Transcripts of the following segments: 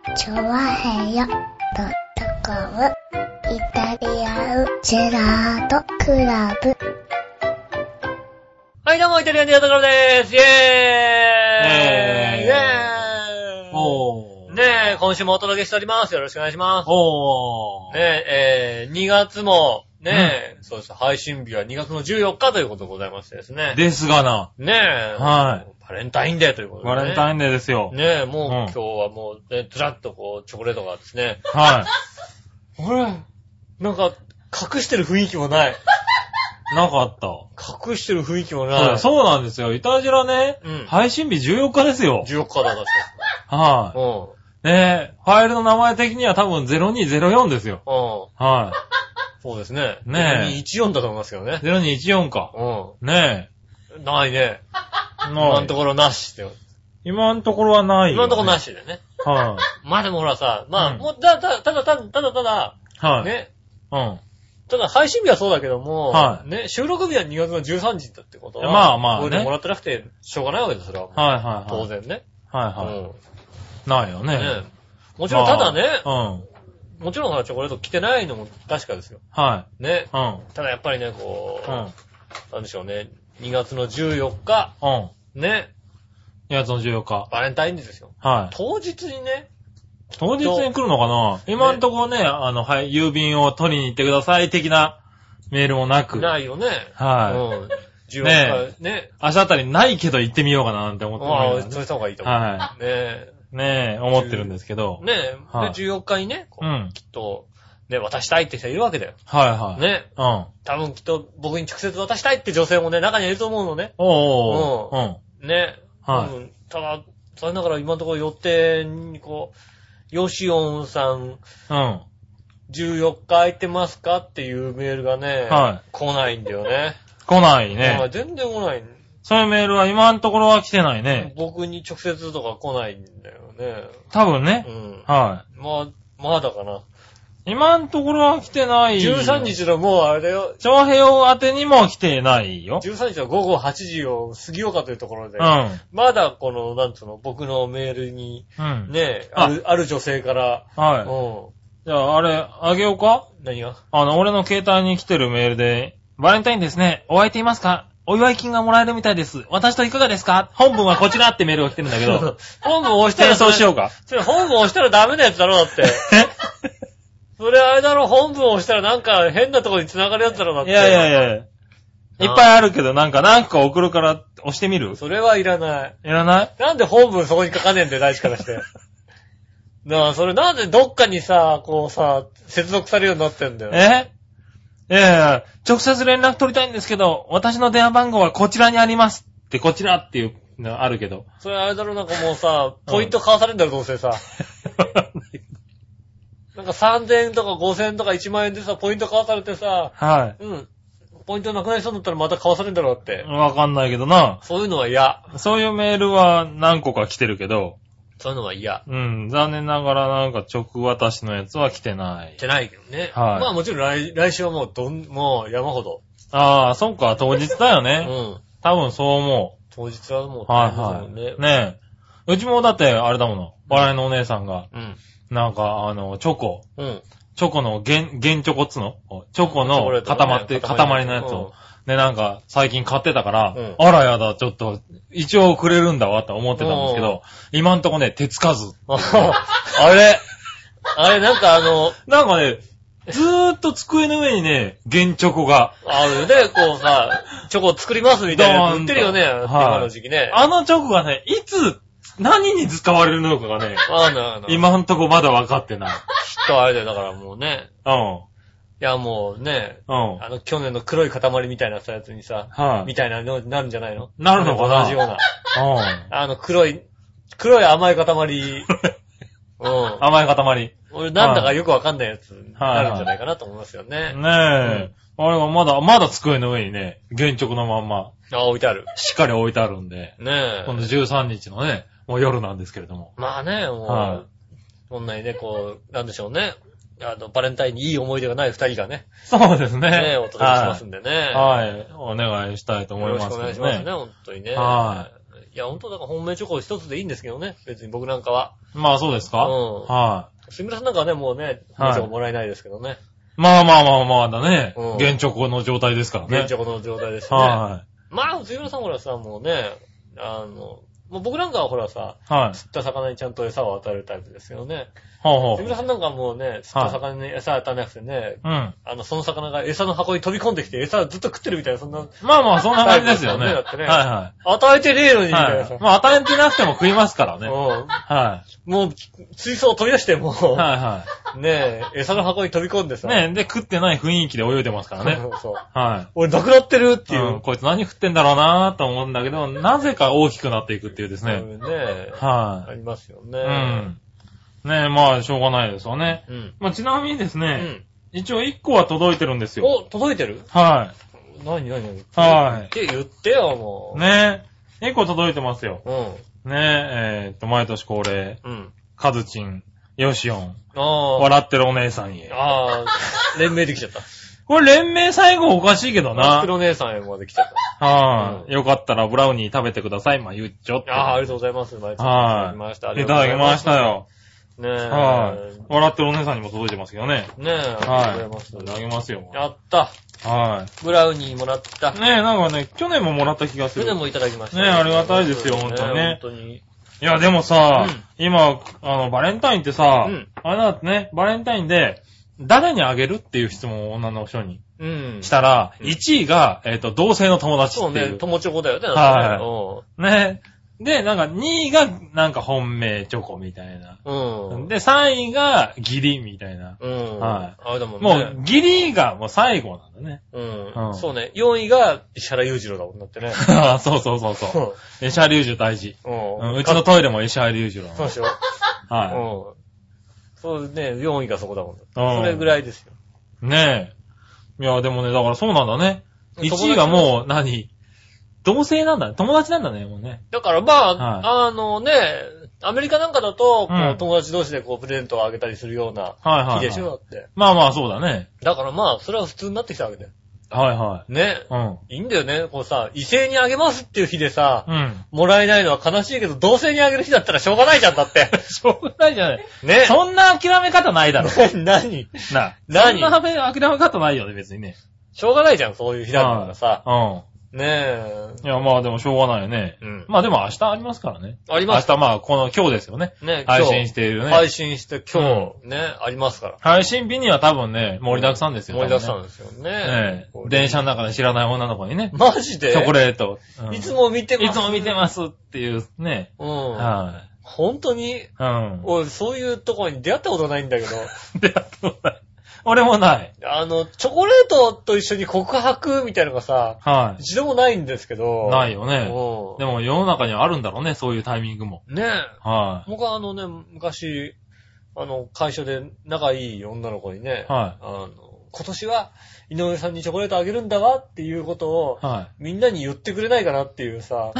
チョワヘヨ.com イタリアンジェラートクラブ。 はい、どうも、イタリアンジェラートクラブでーす。イェーイイェーイおー。 ねえ、今週もお届けしております。よろしくお願いします。 おー。 ねえ、2月も、ねえ、そうです。配信日は2月の14日ということでございましてですね。 ですがな。 ねえ、 はい。 バレンタインデーということで、ね。 バレンタインデーですよ。 ねえ、もう、今日はもう、ね、ずらっとこう、チョコレートがですね。 はい。 ほら、なんか、隠してる雰囲気もない。 なかった。 隠してる雰囲気もない。 そうなんですよ。イタジラね、 うん、 配信日14日ですよ。 14日だ、確か。はい。ねえ、ファイルの名前的には多分0204ですよ。はい。 そうですね。 ねえ。0214だと思いますけどね。 0214か。ねえ。ないね。今のところなしって。 今のところはないよ、ね。 今のところなしでね。はい。まあでもほらさ、まあ、もう、ただ、 はい。 ね。 うん。 ただ配信日はそうだけども、 はい。 ね、収録日は2月の13日だってことは、 まあまあね。 これでもらってなくてしょうがないわけです、それは。 はいはいはい。 当然ね。 はいはい。ないよね。 もちろんただね、もちろんチョコレート着てないのも確かですよ。 はい。 ね。ただやっぱりね、こう、なんでしょうね、2月の14日、ね。 2月の14日。 バレンタインデーですよ。 はい。 当日にね。 当日に来るのかな、今んとこね、はい、郵便を取りに行ってください的なメールもなく。 ないよね。 はい。 14日ね。 明日あたりないけど行ってみようかななんて思ってます、 ね。そうした方がいいと思う。 はい。ねえ、思ってるんですけど。 ねえ、14日にね、きっと、ね、渡したいって人いるわけだよ。 はいはい。 ね。多分きっと僕に直接渡したいって女性もね、中にいると思うのね。ね。 はい。 ただ、残念ながら今のところ予定にヨシオンさん、14日空いてますかっていうメールがね、来ないんだよね。 来ないね。 全然来ない。 そういうメールは今のところは来てないね。 僕に直接とか来ないんだよね。 多分ね。はい。 まだかな。 今のところは来てない。 13日のもうあれだよ。 長平を宛てにも来てないよ。 13日の午後8時を過ぎようかというところで。まだこの、なんつうの、僕のメールに、ね、ある女性から。 じゃあ、あれ、あげようか？ 何が？ 俺の携帯に来てるメールで、バレンタインですね。お相手いますか？お祝い金がもらえるみたいです。私といかがですか？本文はこちらってメールが来てるんだけど。 本文押したら。 そうしようか。 本文押したらダメなやつだろ、だって。それあれだろ、本文押したらなんか変なところに繋がるやつだろ、だって。 いや。いっぱいあるけど、何個か送るから押してみる？ それはいらない。 いらない？ なんで本文そこに書かねえんだよ、大事からして。それなんでどっかにさ、接続されるようになってんだよ。 いや、直接連絡取りたいんですけど、私の電話番号はこちらにありますって、こちらっていうのあるけど。 それあれだろ、なんかもうさ、ポイント買わされるんだろ、どうせさ。なんか3000円とか5000円とか1万円でさ、ポイント買わされてさ、ポイントなくなりそうになったらまた買わされるんだろうって。 わかんないけどな。 そういうのは嫌。 そういうメールは何個か来てるけど。 そういうのは嫌。 残念ながらなんか直渡しのやつは来てない。 来てないけどね。 はい。 まあもちろん来週はもう山ほど。 ああ、そっか、当日だよね。多分そう思う。 当日はもうはい。ねえ。うちもだってあれだもの。笑いのお姉さんが。なんかチョコ。チョコの原チョコっつのチョコの塊のやつを。ね、なんか、最近買ってたから、あらやだ、ちょっと、一応くれるんだわって思ってたんですけど、今んとこね、手つかず。 あれ、なんかなんかね、ずーっと机の上にね、原チョコが。 あるね、チョコ作りますみたいなやつ売ってるよね、今の時期ね。 チョコがね、いつ、何に使われるのかがね、今んとこまだ分かってない。きっとあれだよ、だからもうね。いや、もうね、去年の黒い塊みたいなやつにさ、みたいなのになるんじゃないの？ なるのかな？ 同じような。黒い甘い塊。 甘い塊。 俺なんだかよくわかんないやつになるんじゃないかなと思いますよね。 ねえ。あれはまだ机の上にね、原直のまんま。 置いてある。 しっかり置いてあるんで。 ねえ。 今度13日のね、もう夜なんですけれども。 まあね、もう、こんなにね、なんでしょうね。バレンタインにいい思い出がない二人がね。 そうですね。 ね、お届けしますんでね。 はい。お願いしたいと思いますね。 よろしくお願いしますね、本当にね。 はいや、ほんとだから本命チョコ一つでいいんですけどね。別に僕なんかは。 まあそうですか？はい。 杉村さんなんかはね、もうね、本命チョコもらえないですけどね。 まあだね。原チョコの状態ですからね。 原チョコの状態ですね。はい。まあ、杉村さんほらさ、もうね、もう僕なんかはほらさ、釣った魚にちゃんと餌を与えるタイプですよね。杉村さんなんかはもうね、釣った魚に餌を与えなくてね、その魚が餌の箱に飛び込んできて餌をずっと食ってるみたいな、そんな。 まあ、そんな感じですよね。 だってね。与えてねえのに、みたいなさ。 まあ、与えてなくても食いますからね。 もう、水槽を飛び出しても、ねえ、餌の箱に飛び込んでさ。 ねえ、で、食ってない雰囲気で泳いでますからね。 そう。俺、なくなってるっていう。 こいつ何食ってんだろうなと思うんだけど、なぜか大きくなっていくっていうですね。 ありますよね。 ねえ、まあ、しょうがないですよね。まあ、ちなみにですね、一応1個は届いてるんですよ。 お、届いてる？ はい。 何って言ってよ、もう。 ねえ、1個届いてますよ。ねえ、毎年恒例。カズチン、ヨシオン。笑ってるお姉さんへ。 連名できちゃった。 これ連名最後おかしいけどな。 笑ってるお姉さんへまで来ちゃった。 よかったらブラウニー食べてください。まあ、言っちょって。 ありがとうございます。いただきました。 いただきましたよ。ねえ。笑ってるお姉さんにも届いてますけどね。 ねえ。ありがとうございます。 いただきますよ。 やった。ブラウニーもらった。 ねえ、なんかね、去年ももらった気がする。 去年もいただきました。 ねえ、ありがたいですよ、ほんとにね。本当に。いや、でもさ、今、バレンタインってさ、あれだってね、バレンタインで、誰にあげるっていう質問を女の人にしたら、1位が、同性の友達っていう。 そうね、友チョコだよね。 はい。ね。で、なんか2位がなんか本命チョコみたいな。で、3位が義理みたいな。はい。もう義理がもう最後なんだね。 そうね。4位が石原裕次郎だもんだってね。 そう。石原裕次郎大事。うちのトイレも石原裕次郎。 そうでしょ。 はい。 そうね、4位がそこだもん。それぐらいですよ。 ねえ。いや、でもね、だからそうなんだね。1位がもう同性なんだ。友達なんだね、もうね。 だからまあ、アメリカなんかだと、友達同士でプレゼントをあげたりするような日でしょ、だって。 まあ、そうだね。 だからまあ、それは普通になってきたわけだよ。ね。いいんだよね。異性にあげますっていう日でさ、もらえないのは悲しいけど、同性にあげる日だったらしょうがないじゃん、だって。 しょうがないじゃない。 ね。 そんな諦め方ないだろ。 何そんな諦め方ないよね、別にね。 しょうがないじゃん、そういう日だからさ。ねえ。いや、まあでもしょうがないよね。まあでも明日ありますからね。 あります。 明日今日ですよね。 ね、 配信しているね。 配信して今日、ね、ありますから。 配信日には多分ね、盛りだくさんですよ。 盛りだくさんですよね。 電車の中で知らない女の子にね。 マジでチョコレート。 いつも見てます。 いつも見てますっていうね。 本当に俺、そういうところに出会ったことないんだけど。 出会ったことない。俺もない。 チョコレートと一緒に告白みたいなのがさ、一度もないんですけど。 ないよね。でも世の中にはあるんだろうね、そういうタイミングも。 ねえ。僕は昔、会社で仲いい女の子にね、今年は井上さんにチョコレートあげるんだわっていうことを、みんなに言ってくれないかなっていうさ。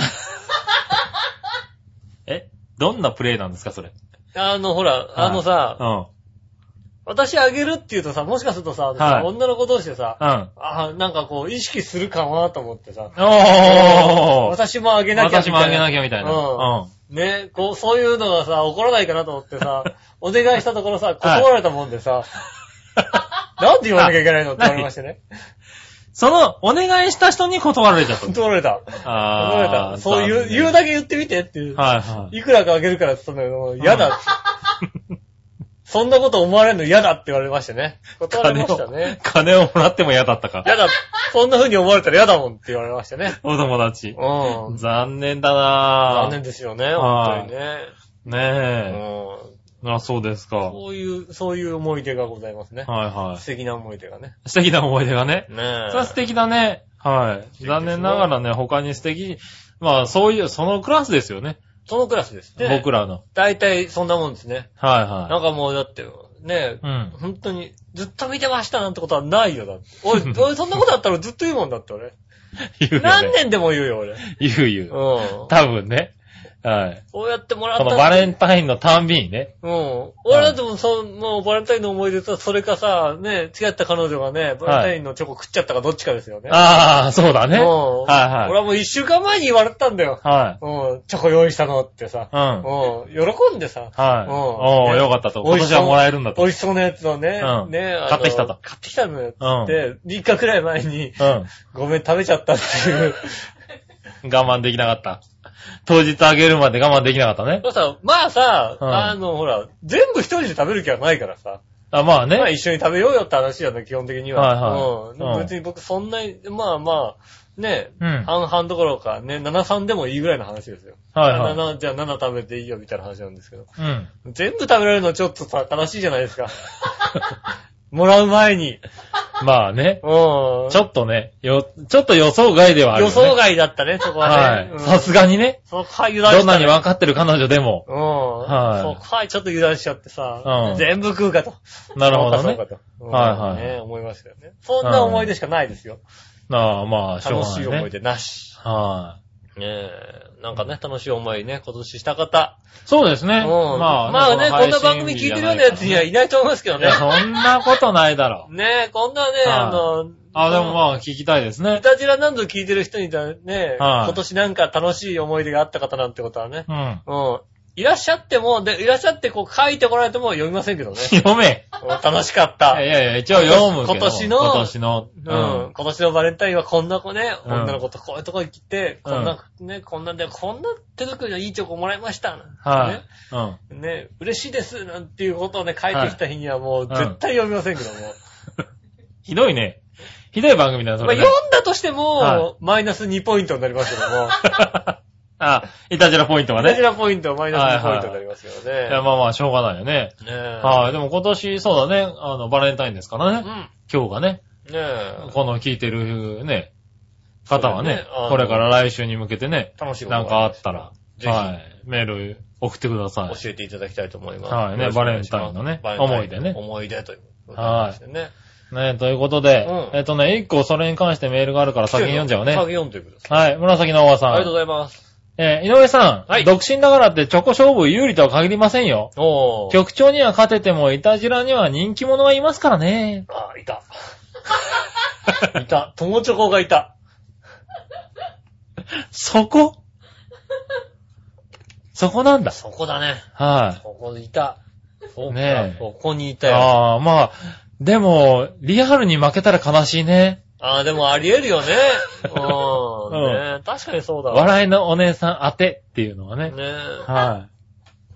どんなプレイなんですか、それ。 ほら、私あげるって言うとさ、もしかするとさ、女の子同士でさ、なんか意識するかなと思ってさ、私もあげなきゃみたいな。 私もあげなきゃみたいな。 ね、そういうのがさ、起こらないかなと思ってさ、お願いしたところさ、断られたもんでさ、なんで言わなきゃいけないのって言われましてね。 お願いした人に断られちゃった。 断られた。断られた。そう言うだけ言ってみてっていう。いくらかあげるからって言ったんだけど、嫌だ。そんなこと思われるの嫌だって言われましてね。断られましたね。 金をもらっても嫌だったか。 嫌だ。そんな風に思われたら嫌だもんって言われましてね。 お友達。残念だなぁ。 残念ですよね、本当にね。 ねえ。そうですか。 そういう思い出がございますね。素敵な思い出がね。 素敵な思い出がね。 ねえ。それは素敵だね。残念ながらね、他に素敵。まあ、そのクラスですよね。 そのクラスですね。 僕らの。 大体そんなもんですね。 なんかもうだって、ね、本当にずっと見てましたなんてことはないよだって。俺そんなことあったらずっと言うもんだって俺。 言うよね。 何年でも言うよ俺。 言う。多分ね。 はい。 こうやってもらった。 このバレンタインのたんびにね。 うん。俺だってもうバレンタインの思い出と、それかさ、ね、付き合った彼女がね、バレンタインのチョコ食っちゃったかどっちかですよね。 ああ、そうだね。はいはい。 俺はもう1週間前に言われたんだよ。 はい。 うん。チョコ用意したのってさ。 うん。 喜んでさ。 はい。よかったと。今年はもらえるんだと。 美味しそうなやつをね。 ね、買ってきたと。 買ってきたのよ。で、3日くらい前に、ごめん、食べちゃったっていう。 我慢できなかった。当日あげるまで我慢できなかったね。 まあさ、ほら、全部一人で食べる気はないからさ。 まあね。 まあ一緒に食べようよって話だね、基本的には。 はいはい。 別に僕そんなに、まあ、ね、半々どころか、ね、7-3でもいいぐらいの話ですよ。 はいはい。 じゃあ7食べていいよみたいな話なんですけど。全部食べられるのちょっとさ、悲しいじゃないですか。もらう前に。 まあね。ちょっとね、ちょっと予想外ではあるよね。 予想外だったね、そこはね。 はい。さすがにね。 そこは油断した。 どんなに分かってる彼女でも。 はい。そこはちょっと油断しちゃってさ。全部食うかと。 なるほどね。 はい。ね、思いましたよね。そんな思い出しかないですよ。 まあ、 楽しい思い出なし。 はい。 ねえ、なんかね、楽しい思いね、今年した方。 そうですね。 まあね、こんな番組聞いてるようなやつにはいないと思いますけどね。 そんなことないだろう。ねえ、こんなね、 でもまあ聞きたいですね。 いたじら何度聞いてる人にね、今年なんか楽しい思い出があった方なんてことはね。いらっしゃっても、いらっしゃってこう書いてこられても読みませんけどね。 読め。 楽しかった。 いや、一応読むけど。 今年のバレンタインはこんな子ね、女の子とこういうとこ行って、こんな手作りのいいチョコもらいました。 はい。 ね、嬉しいです、なんていうことをね、書いてきた日にはもう絶対読みませんけども。 ひどいね。ひどい番組だ、それ。 読んだとしても、マイナス2ポイントになりますけども。 いたじらポイントがね。 いたじらポイント、マイナス2ポイントになりますよね。 いや、まあ、しょうがないよね。はい。でも今年、そうだね、バレンタインですからね。今日がね。この聞いてるね、方はね、これから来週に向けてね、なんかあったら、はい。メール送ってください。 教えていただきたいと思います。 はいね、バレンタインのね、思い出ね。 思い出ということですね。ね、ということで、一個それに関してメールがあるから先に読んじゃうね。 先読んでください。 はい、紫のおばさん。 ありがとうございます。 井上さん、独身だからってチョコ勝負有利とは限りませんよ。局長には勝てても、イタジラには人気者がいますからね。 いた。いた。友チョコがいた。 そこなんだ。 そこだね。 はい。 ここにいた。 ねえ。 ここにいたよ。 まあ、でも、リアルに負けたら悲しいね。 でもあり得るよね。ね、確かにそうだわ。 笑いのお姉さん当てっていうのはね。はい。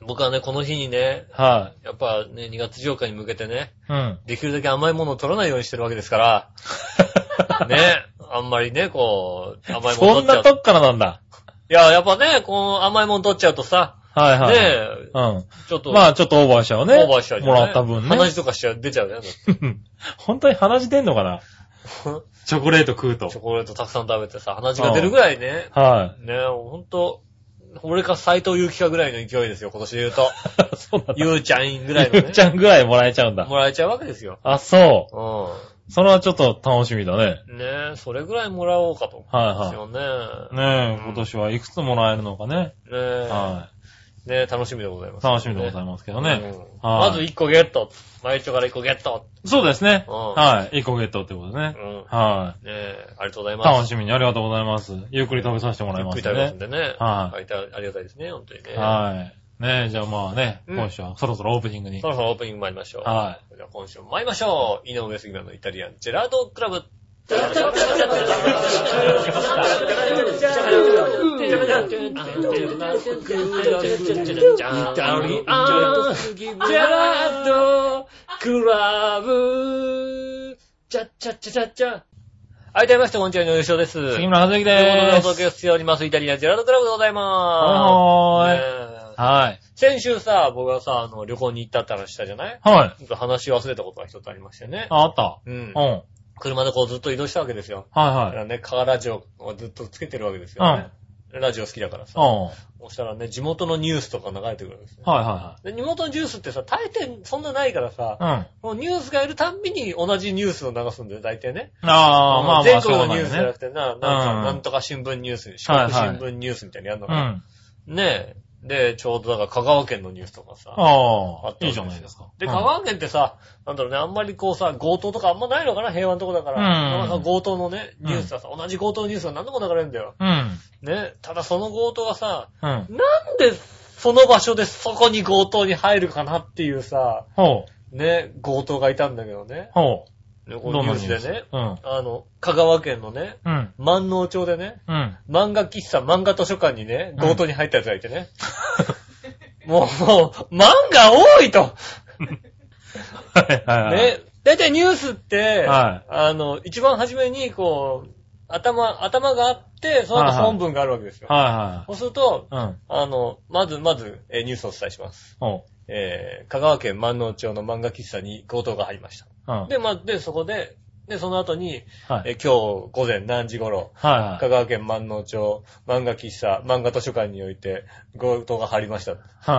僕はね、この日にね、やっぱね、2月14日に向けてね、できるだけ甘いものを取らないようにしてるわけですから、ね、あんまりね、こう、甘いもの取っちゃう。 そんなとこからなんだ。 いや、やっぱね、こう、甘いもの取っちゃうとさ、 はいはい。 ねちょっと。 まあ、ちょっとオーバーしちゃうね。 オーバーしちゃうじゃん。 もらった分ね。 鼻血とか出ちゃうじゃん。 本当に鼻血出んのかなチョコレート食うと。 チョコレートたくさん食べてさ、鼻血が出るぐらいね。 はい。 ねほんと、俺か斎藤祐樹かぐらいの勢いですよ、今年で言うと。 そうなんだ。 ゆうちゃんぐらいのね。 ゆうちゃんぐらいもらえちゃうんだ。 もらえちゃうわけですよ。 そう。それはちょっと楽しみだね。 ねそれぐらいもらおうかと。 はいはい。 ね今年はいくつもらえるのかね。はい。 ね楽しみでございます。 楽しみでございますけどね。 まず1個ゲット。毎日から1個ゲット。 そうですね。はい。1個ゲットってことでね。はい。 ありがとうございます。 楽しみにありがとうございます。ゆっくり食べさせてもらいますね。 ゆっくり食べますんでね。 はい。 ありがたいですね、本当にね。 はい。ねじゃあまあね、今週はそろそろオープニングに。 そろそろオープニング参りましょう。 はい。 じゃあ今週も参りましょう。井上杉村のイタリアンジェラートクラブ。ジェラートクラブ。チャッチャッチャチャッチャ。はい、どうもみなさん、こんにちは、井上翔です。 杉村和之でーす。 ということでお届けしております、イタリアンジェラートクラブでございまーす。はい。 先週さ、僕がさ、旅行に行ったって話したじゃない？ はい。 話忘れたことが一つありましてね。 あった。 車でこうずっと移動したわけですよ。 はいはい。だからね、カーラジオをずっとつけてるわけですよね。ラジオ好きだからさ。そしたらね、地元のニュースとか流れてくるわけですね。 はいはいはい。 で、地元のニュースってさ、大抵そんなないからさ、もうニュースがいるたんびに同じニュースを流すんだよ、大抵ね。 まあ全国のニュースじゃなくてなんとか新聞ニュース、四国新聞ニュースみたいにやるのかな。 ねえ。で、ちょうどだから香川県のニュースとかさ。 ああ、いいじゃないですか。 で、香川県ってさ、なんだろうね、あんまりこうさ、強盗とかあんまないのかな、平和のとこだから。なんか強盗のね、ニュースはさ、同じ強盗のニュースが何度も流れるんだよ。ね。ただその強盗がさ、なんでその場所でそこに強盗に入るかなっていうさ、ね、強盗がいたんだけどね。ニュースでね、香川県のね、万能町でね、漫画喫茶、漫画図書館にね、強盗に入った奴がいてね。もう、漫画多いと。ね、だいたいニュースって、一番初めにこう、頭があって、その後本文があるわけですよ。そうすると、まず、ニュースをお伝えします。香川県万能町の漫画喫茶に強盗が入りました。で、そこで、その後に、今日午前何時頃、香川県万能町漫画喫茶、漫画図書館において強盗が入りました。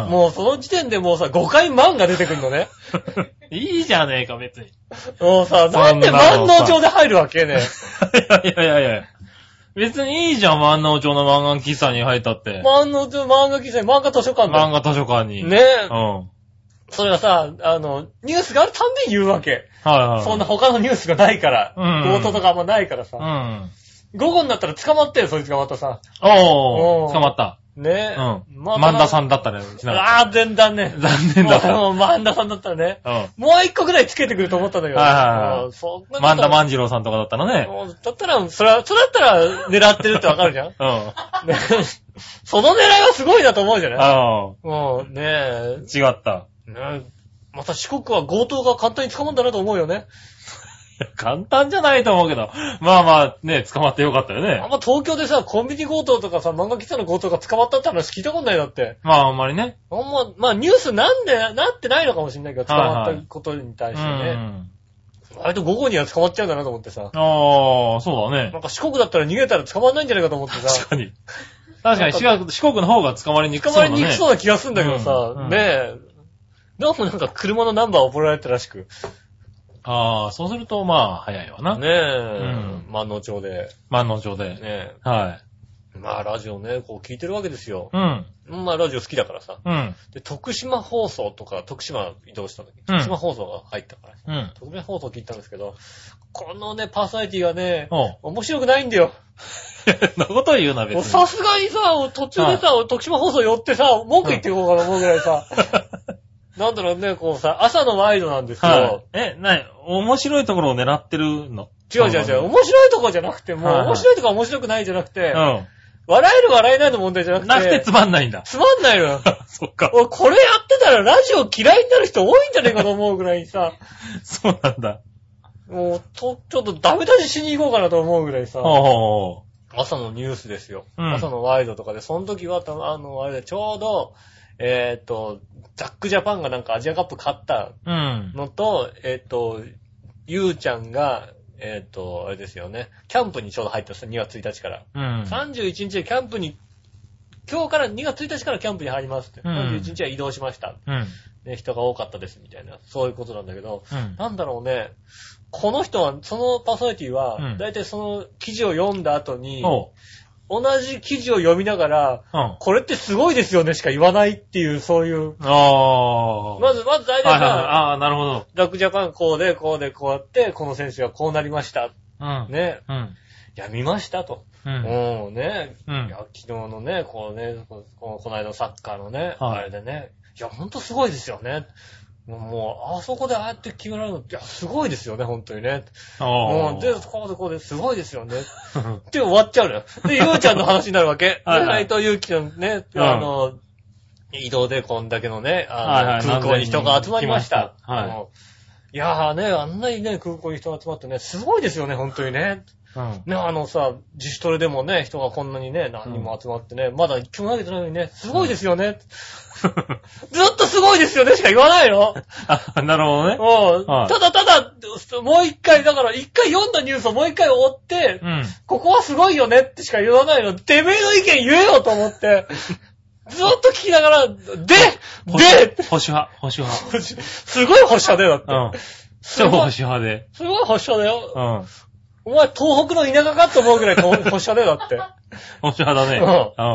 もうその時点でもうさ、5回漫画出てくるのね。 いいじゃねえか、別に。 もうさ、なんで万能町で入るわけね。 いや。別にいいじゃん、万能町の漫画喫茶に入ったって。 万能町漫画喫茶に漫画図書館だ。 漫画図書館に。 ねえ。それがさ、ニュースがあるたんびに言うわけ。そんな他のニュースがないから。強盗とかあんまないからさ。午後になったら捕まってよ、そいつがまたさ。 捕まった。 ねえ。 万田さんだったね。 残念。 残念だった。 万田さんだったらね。もう一個ぐらいつけてくると思ったんだけど。 万田万次郎さんとかだったらね。 だったら、それだったら狙ってるってわかるじゃん。その狙いはすごいなと思うじゃないねえ。 違った。 また四国は強盗が簡単に捕まるんだなと思うよね。 簡単じゃないと思うけど。まあね、捕まってよかったよね。 あんま東京でさ、コンビニ強盗とかさ、漫画喫茶の強盗が捕まったって話聞いたことないだって。 あんまりね。 ニュースなってないのかもしれないけど、捕まったことに対してね。割と午後には捕まっちゃうんだなと思ってさ。 そうだね。 なんか四国だったら逃げたら捕まんないんじゃないかと思ってさ。 確かに四国の方が捕まりにくそうだね。 捕まりにくそうな気がするんだけどさ、ねえ。どうもなんか車のナンバーを覚えられたらしく。 そうすると、早いわな。 ねえ。万能町で。 ねえ。ラジオね、こう聞いてるわけですよ。ラジオ好きだからさ。で、徳島放送とか、徳島移動した時、徳島放送が入ったから。徳島放送聞いたんですけど、このね、パーソナリティがね、面白くないんだよ。 そんなこと言うな、別に。 さすがにさ、途中でさ、徳島放送寄ってさ、文句言っていこうかな思うぐらいさ。なんだろうね、こうさ、朝のワイドなんですよ。 面白いところを狙ってるの？ 違う。面白いところじゃなくて、もう、面白いところは面白くないじゃなくて、笑える笑えないの問題じゃなくて。 つまんないんだ。 つまんないのよ。 そっか。 俺、これやってたらラジオ嫌いになる人多いんじゃねえかと思うぐらいさ。 そうなんだ。 もう、ちょっとダメ出ししに行こうかなと思うぐらいさ。朝のニュースですよ。朝のワイドとかで、その時は、あれでちょうど、ザックジャパンがなんかアジアカップ勝ったのと、ゆうちゃんが、あれですよね、キャンプにちょうど入ったんですよ、2月1日から。31日でキャンプに、今日から2月1日からキャンプに入りますって。31日は移動しました。人が多かったです、みたいな。そういうことなんだけど、なんだろうね、この人は、そのパーソナリティは、だいたいその記事を読んだ後に、同じ記事を読みながら、これってすごいですよねしか言わないっていう、そういう。まず大体さ、 なるほど。 ザックジャパンこうで、こうやって、この選手がこうなりました。ね。いや、見ましたと。ね。いや、昨日のね、この間のサッカーのね、あれでね、いや、ほんとすごいですよね。もう、あそこでああやって決められるのって、いや、すごいですよね、ほんとにね。で、こうですごいですよね。って終わっちゃうのよ。で、ゆうちゃんの話になるわけ。内藤祐樹のね、移動でこんだけのね、空港に人が集まりました。いやーね、あんなにね、空港に人が集まってね、すごいですよね、ほんとにね。ね、自主トレでもね、人がこんなにね、何人も集まってね、まだ一球も投げてないのにね、すごいですよね。ずっとすごいですよねしか言わないの。 なるほどね。 ただ、もう一回、だから一回読んだニュースをもう一回追って、ここはすごいよねってしか言わないの。てめえの意見言えよと思って、ずっと聞きながら、 保守派。 すごい保守派だよ、だって。 超保守派で。 すごい保守派だよ。お前東北の田舎かと思うぐらい保守派だよ、だって。 保守派だね。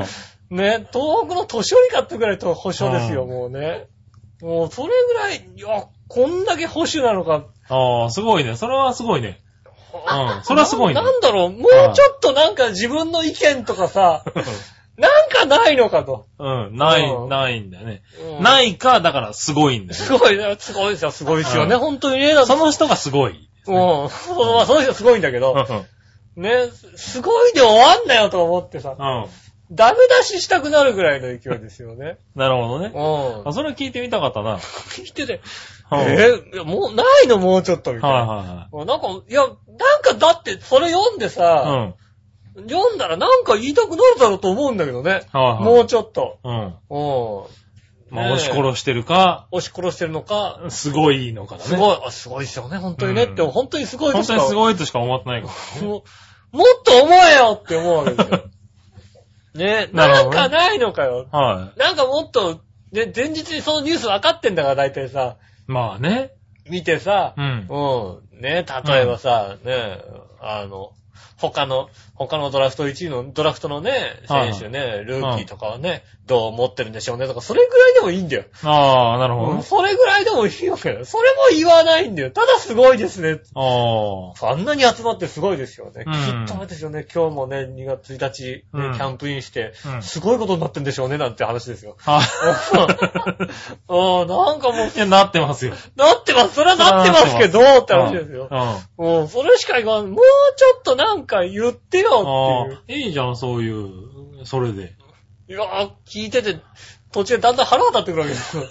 ね、東北の年寄りかってぐらいと保守ですよ、もうね。もうそれぐらい、いや、こんだけ保守なのか。 ああ、すごいね。それはすごいね。うん。それはすごいね。 なんだろう、もうちょっとなんか自分の意見とかさ、なんかないのかと。 うん、ないんだよね。ないか、だからすごいんだよね。 すごいですよ、すごいですよね、本当にね。 その人がすごい。 その人すごいんだけど、ね、すごいで終わんなよと思ってさ、ダメ出ししたくなるぐらいの勢いですよね。 なるほどね。それ聞いてみたかったな。 聞いてて、もうないのもうちょっとみたいな。なんか、いや、なんかだってそれ読んでさ、読んだらなんか言いたくなるだろうと思うんだけどね。もうちょっと。 まあ、押し殺してるか。 押し殺してるのか。 すごいのかだね。 すごいですよね、本当にね。って本当にすごいです本当にすごいとしか思ってないから。 もっと思えよって思うわけですよ。ね、なんかないのかよ。なんかもっと、ね、前日にそのニュース分かってんだから、大体さ。 まあね。 見てさ、ね、例えばさ、ね、他のドラフト1位の、ドラフトのね、選手ね、ルーキーとかはね、どう思ってるんでしょうねとか、それぐらいでもいいんだよ。 ああ、なるほど。 それぐらいでもいいわけだよ。それも言わないんだよ。ただすごいですね。あんなに集まってすごいですよね。きっとあれですよね。今日もね、2月1日、ね、キャンプインして、すごいことになってんでしょうね、なんて話ですよ。なんかもう。いや、なってますよ。 なってます。それはなってますけど、って話ですよ。それしか言わない。もうちょっとなんか言ってよっていう。 いいじゃん、そういう、それで。 いやー、聞いてて、途中でだんだん腹が立ってくるわけですよ。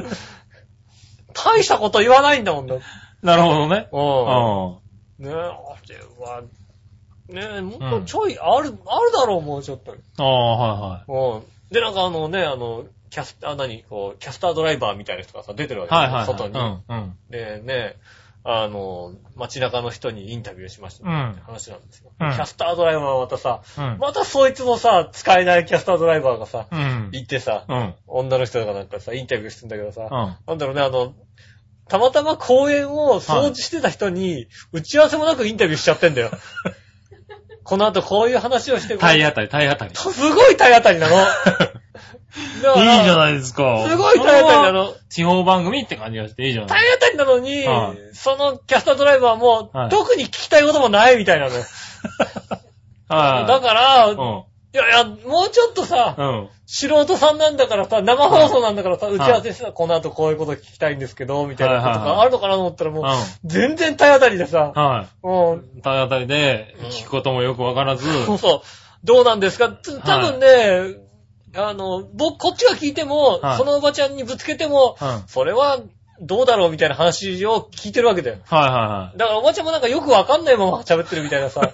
大したこと言わないんだもんだ。 なるほどね。 ねえ、あれは、ねえ、もっとちょいあるだろう、もうちょっと。で、なんかキャスタードライバーみたいな人がさ、出てるわけですよ、外に。で、ね、街中の人にインタビューしましたって話なんですよ。キャスタードライバーはまたさ、またそいつのさ、使えないキャスタードライバーがさ、行ってさ、女の人とかなんかさ、インタビューしてんだけどさ、なんだろうね、たまたま公園を掃除してた人に、打ち合わせもなくインタビューしちゃってんだよ。この後こういう話をして体当たり。 すごい体当たりなの。 いいじゃないですか。 すごい体当たりなの。 地方番組って感じがしていいじゃない体当たりなのに、そのキャスタードライバーも、特に聞きたいこともないみたいなのよ。だから、いや、もうちょっとさ、素人さんなんだからさ、生放送なんだからさ、打ち合わせしてさ、この後こういうこと聞きたいんですけど、みたいなことがあるのかなと思ったらもう、全然体当たりでさ、 体当たりで聞くこともよくわからず、 どうなんですか多分ね、こっちが聞いても、そのおばちゃんにぶつけても、それはどうだろうみたいな話を聞いてるわけだよ。だからおばちゃんもなんかよくわかんないまま喋ってるみたいなさ、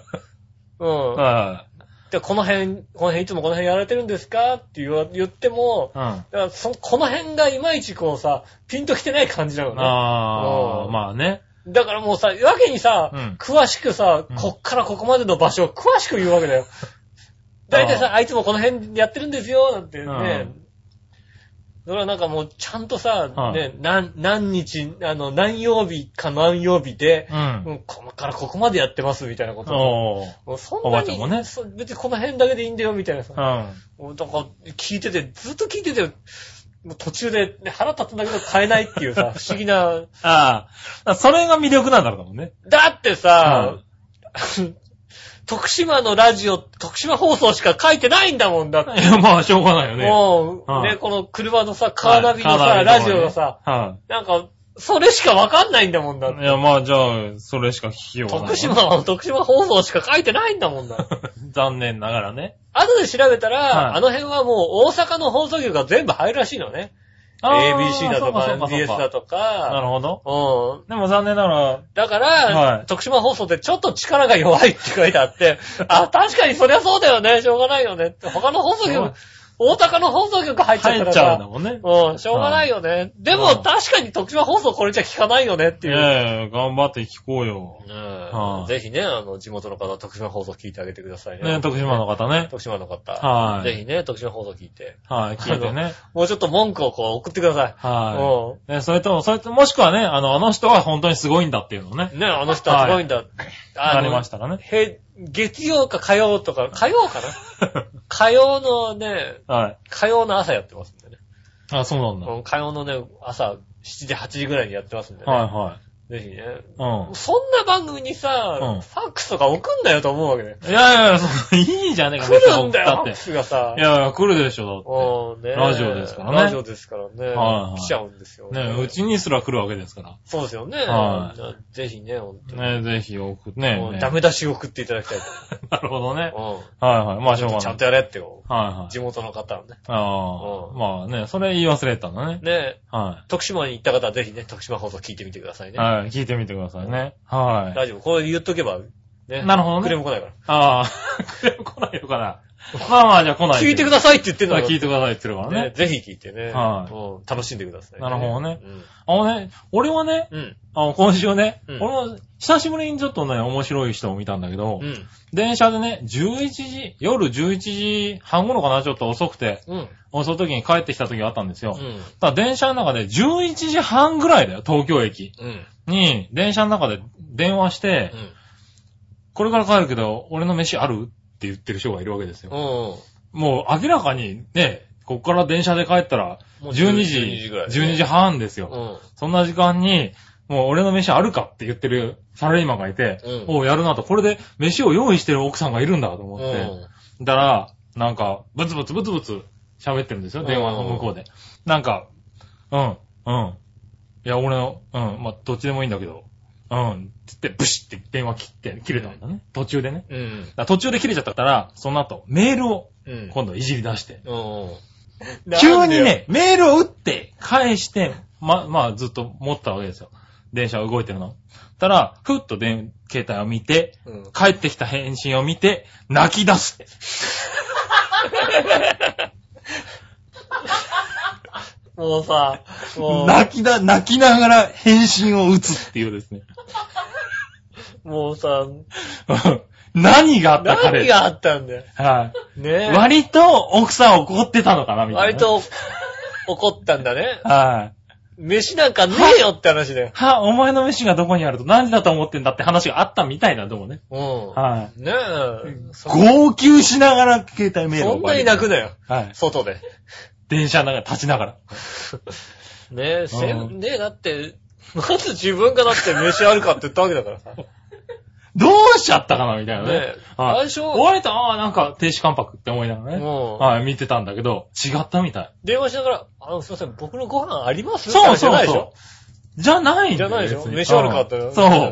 で、この辺いつもこの辺やられてるんですかって言っても、だからこの辺がいまいちこうさ、ピンときてない感じなのね。 まあね。 だからもうさ、やけにさ、詳しくさ、こっからここまでの場所を詳しく言うわけだよ。だいたいさ、あいつもこの辺やってるんですよ、なんてね。それはなんかもうちゃんとさ、ね、何日、何曜日か何曜日で、ここからここまでやってますみたいなことを。もうそんなに、別にこの辺だけでいいんだよみたいなさ。だから聞いてて、ずっと聞いてて、途中で、ね、腹立つんだけど買えないっていうさ、不思議な。 それが魅力なんだろうね。 だってさ、徳島のラジオ、徳島放送しか書いてないんだもんだって。 いや、まあ、しょうがないよね。 もう、ね、この車のさ、カーナビのさ、ラジオがさ、なんか、それしかわかんないんだもんだって。 いや、まあ、じゃあ、それしか聞きようがない。 徳島放送しか書いてないんだもんだ。 残念ながらね。 後で調べたら、あの辺はもう大阪の放送局が全部入るらしいのね。ABC だとか MBS だとか。 なるほど。でも残念ながら。 だから、徳島放送ってちょっと力が弱いって書いてあって、確かにそりゃそうだよね、しょうがないよねって。他の放送局、大阪の放送局入っちゃったからさ。 入っちゃうんだもんね。 しょうがないよね。でも確かに徳島放送これじゃ聞かないよねっていう。 頑張って聞こうよ。 ぜひね、地元の方、徳島放送聞いてあげてくださいね。 ね、徳島の方ね。 徳島の方。ぜひね、徳島放送聞いて。 聞いてね。 もうちょっと文句をこう送ってください。それと、もしくはね、あの人は本当にすごいんだっていうのね。 ね、あの人はすごいんだ。 ありましたらね。 月曜か火曜とか、火曜かな火曜のね、はい。火曜の朝やってますんでね。 あ、そうなんだ。 火曜のね、朝7時、8時ぐらいにやってますんでね。 はいはい。 ぜひね。うん。そんな番組にさ、ファックスとか送んなよと思うわけね。 いやいや、いいじゃねえか、 来るんだよ、ファックスがさ。 いやいや、来るでしょ、だって。ラジオですからね。 ラジオですからね。はい。来ちゃうんですよね。うちにすら来るわけですから。 そうですよね。はい。ぜひね、ほんとに。 ね、ぜひ送ってね。 ダメ出しを送っていただきたいと。 なるほどね。はいはい。まあしょうがない。 ちゃんとやれってよ。 はいはい。 地元の方はね。 まあね、それ言い忘れたんだね。 ね。はい。徳島に行った方はぜひね、徳島放送聞いてみてくださいね。 はい。聞いてみてくださいね。はい。 大丈夫。これ言っとけば、ね。 なるほどね。 クレーム来ないから。 ああ、クレーム来ないのかな。まあまあ、じゃあ来ない。 聞いてくださいって言ってんだから。聞いてくださいって言ってるからね。 ぜひ聞いてね。はい。楽しんでください。 なるほどね。俺はね、今週ね、俺も久しぶりにちょっとね、面白い人を見たんだけど、電車でね、夜11時半頃かな、ちょっと遅くて、遅い時に帰ってきた時があったんですよ。ただ電車の中で11時半ぐらいだよ、東京駅。に、電車の中で電話して、これから帰るけど、俺の飯あるって言ってる人がいるわけですよ。もう明らかにね、こっから電車で帰ったら、12時半ですよ。そんな時間に、もう俺の飯あるかって言ってるサラリーマンがいて、やるなと、これで飯を用意してる奥さんがいるんだと思って。だから、なんか、ブツブツ喋ってるんですよ、電話の向こうで。なんか、いや、俺の、まあ、どっちでもいいんだけど、つって、ブシって電話切れたんだね。途中でね。途中で切れちゃったから、その後、メールを、今度いじり出して。急にね、メールを打って、返して、まあ、ずっと持ったわけですよ。電車が動いてるの。たら、ふっと携帯を見て、帰ってきた返信を見て、泣き出す。 もうさ、 泣きながら返信を打つっていうですね。 もうさ、 何があったか何があったんだよ。 はい。ねえ。割と奥さん怒ってたのかなみたいな。 割と怒ったんだね。 はい。 飯なんかねえよって話だよ。 お前の飯がどこにあると何だと思ってんだって話があったみたいな、どうもね。はい。 ねえ。 号泣しながら携帯メールを。 そんなに泣くなよ。 はい。 外で。 電車の中で立ちながら。 ねえ、だって、まず自分がだって飯あるかって言ったわけだからさ。 どうしちゃったかなみたいなね。 ね最初。 終われた、なんか停止関白って思いながらね。はい、見てたんだけど、違ったみたい。 電話しながら、すいません、僕のご飯ありますそうじゃないでしょ。じゃないんだよ。 じゃないでしょ。飯あるかって。 そう。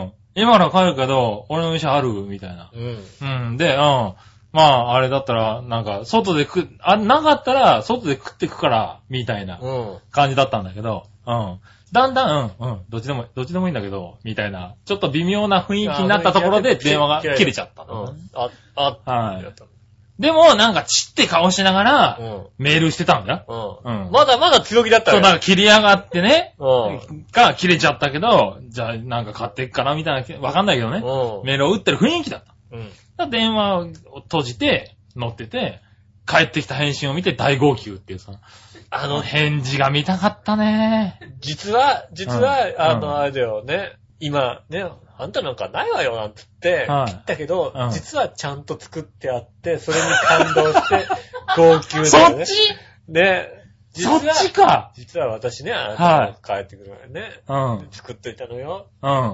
今の帰るけど、俺の飯あるみたいな。で、まあ、あれだったら、なんか、外でなかったら、外で食ってくから、みたいな感じだったんだけど、だんだん、どっちでもいいんだけど、みたいな、ちょっと微妙な雰囲気になったところで電話が切れちゃったの。 はい。 でも、なんか、チって顔しながら、メールしてたんだよ。 まだまだ強気だったね。そう、だから切り上がってね、が切れちゃったけど、じゃあ、なんか買っていくかな、みたいな、わかんないけどね。メールを打ってる雰囲気だった。電話を閉じて、乗ってて、帰ってきた返信を見て大号泣っていうさ。返事が見たかったね。 実は、あれだよね。今、ね、あんたなんかないわよ、なんつって、切ったけど、実はちゃんと作ってあって、それに感動して、号泣だよね。 そっちね。 そっちか。 実は私ね、あなたが帰ってくるからね。作っといたのよ。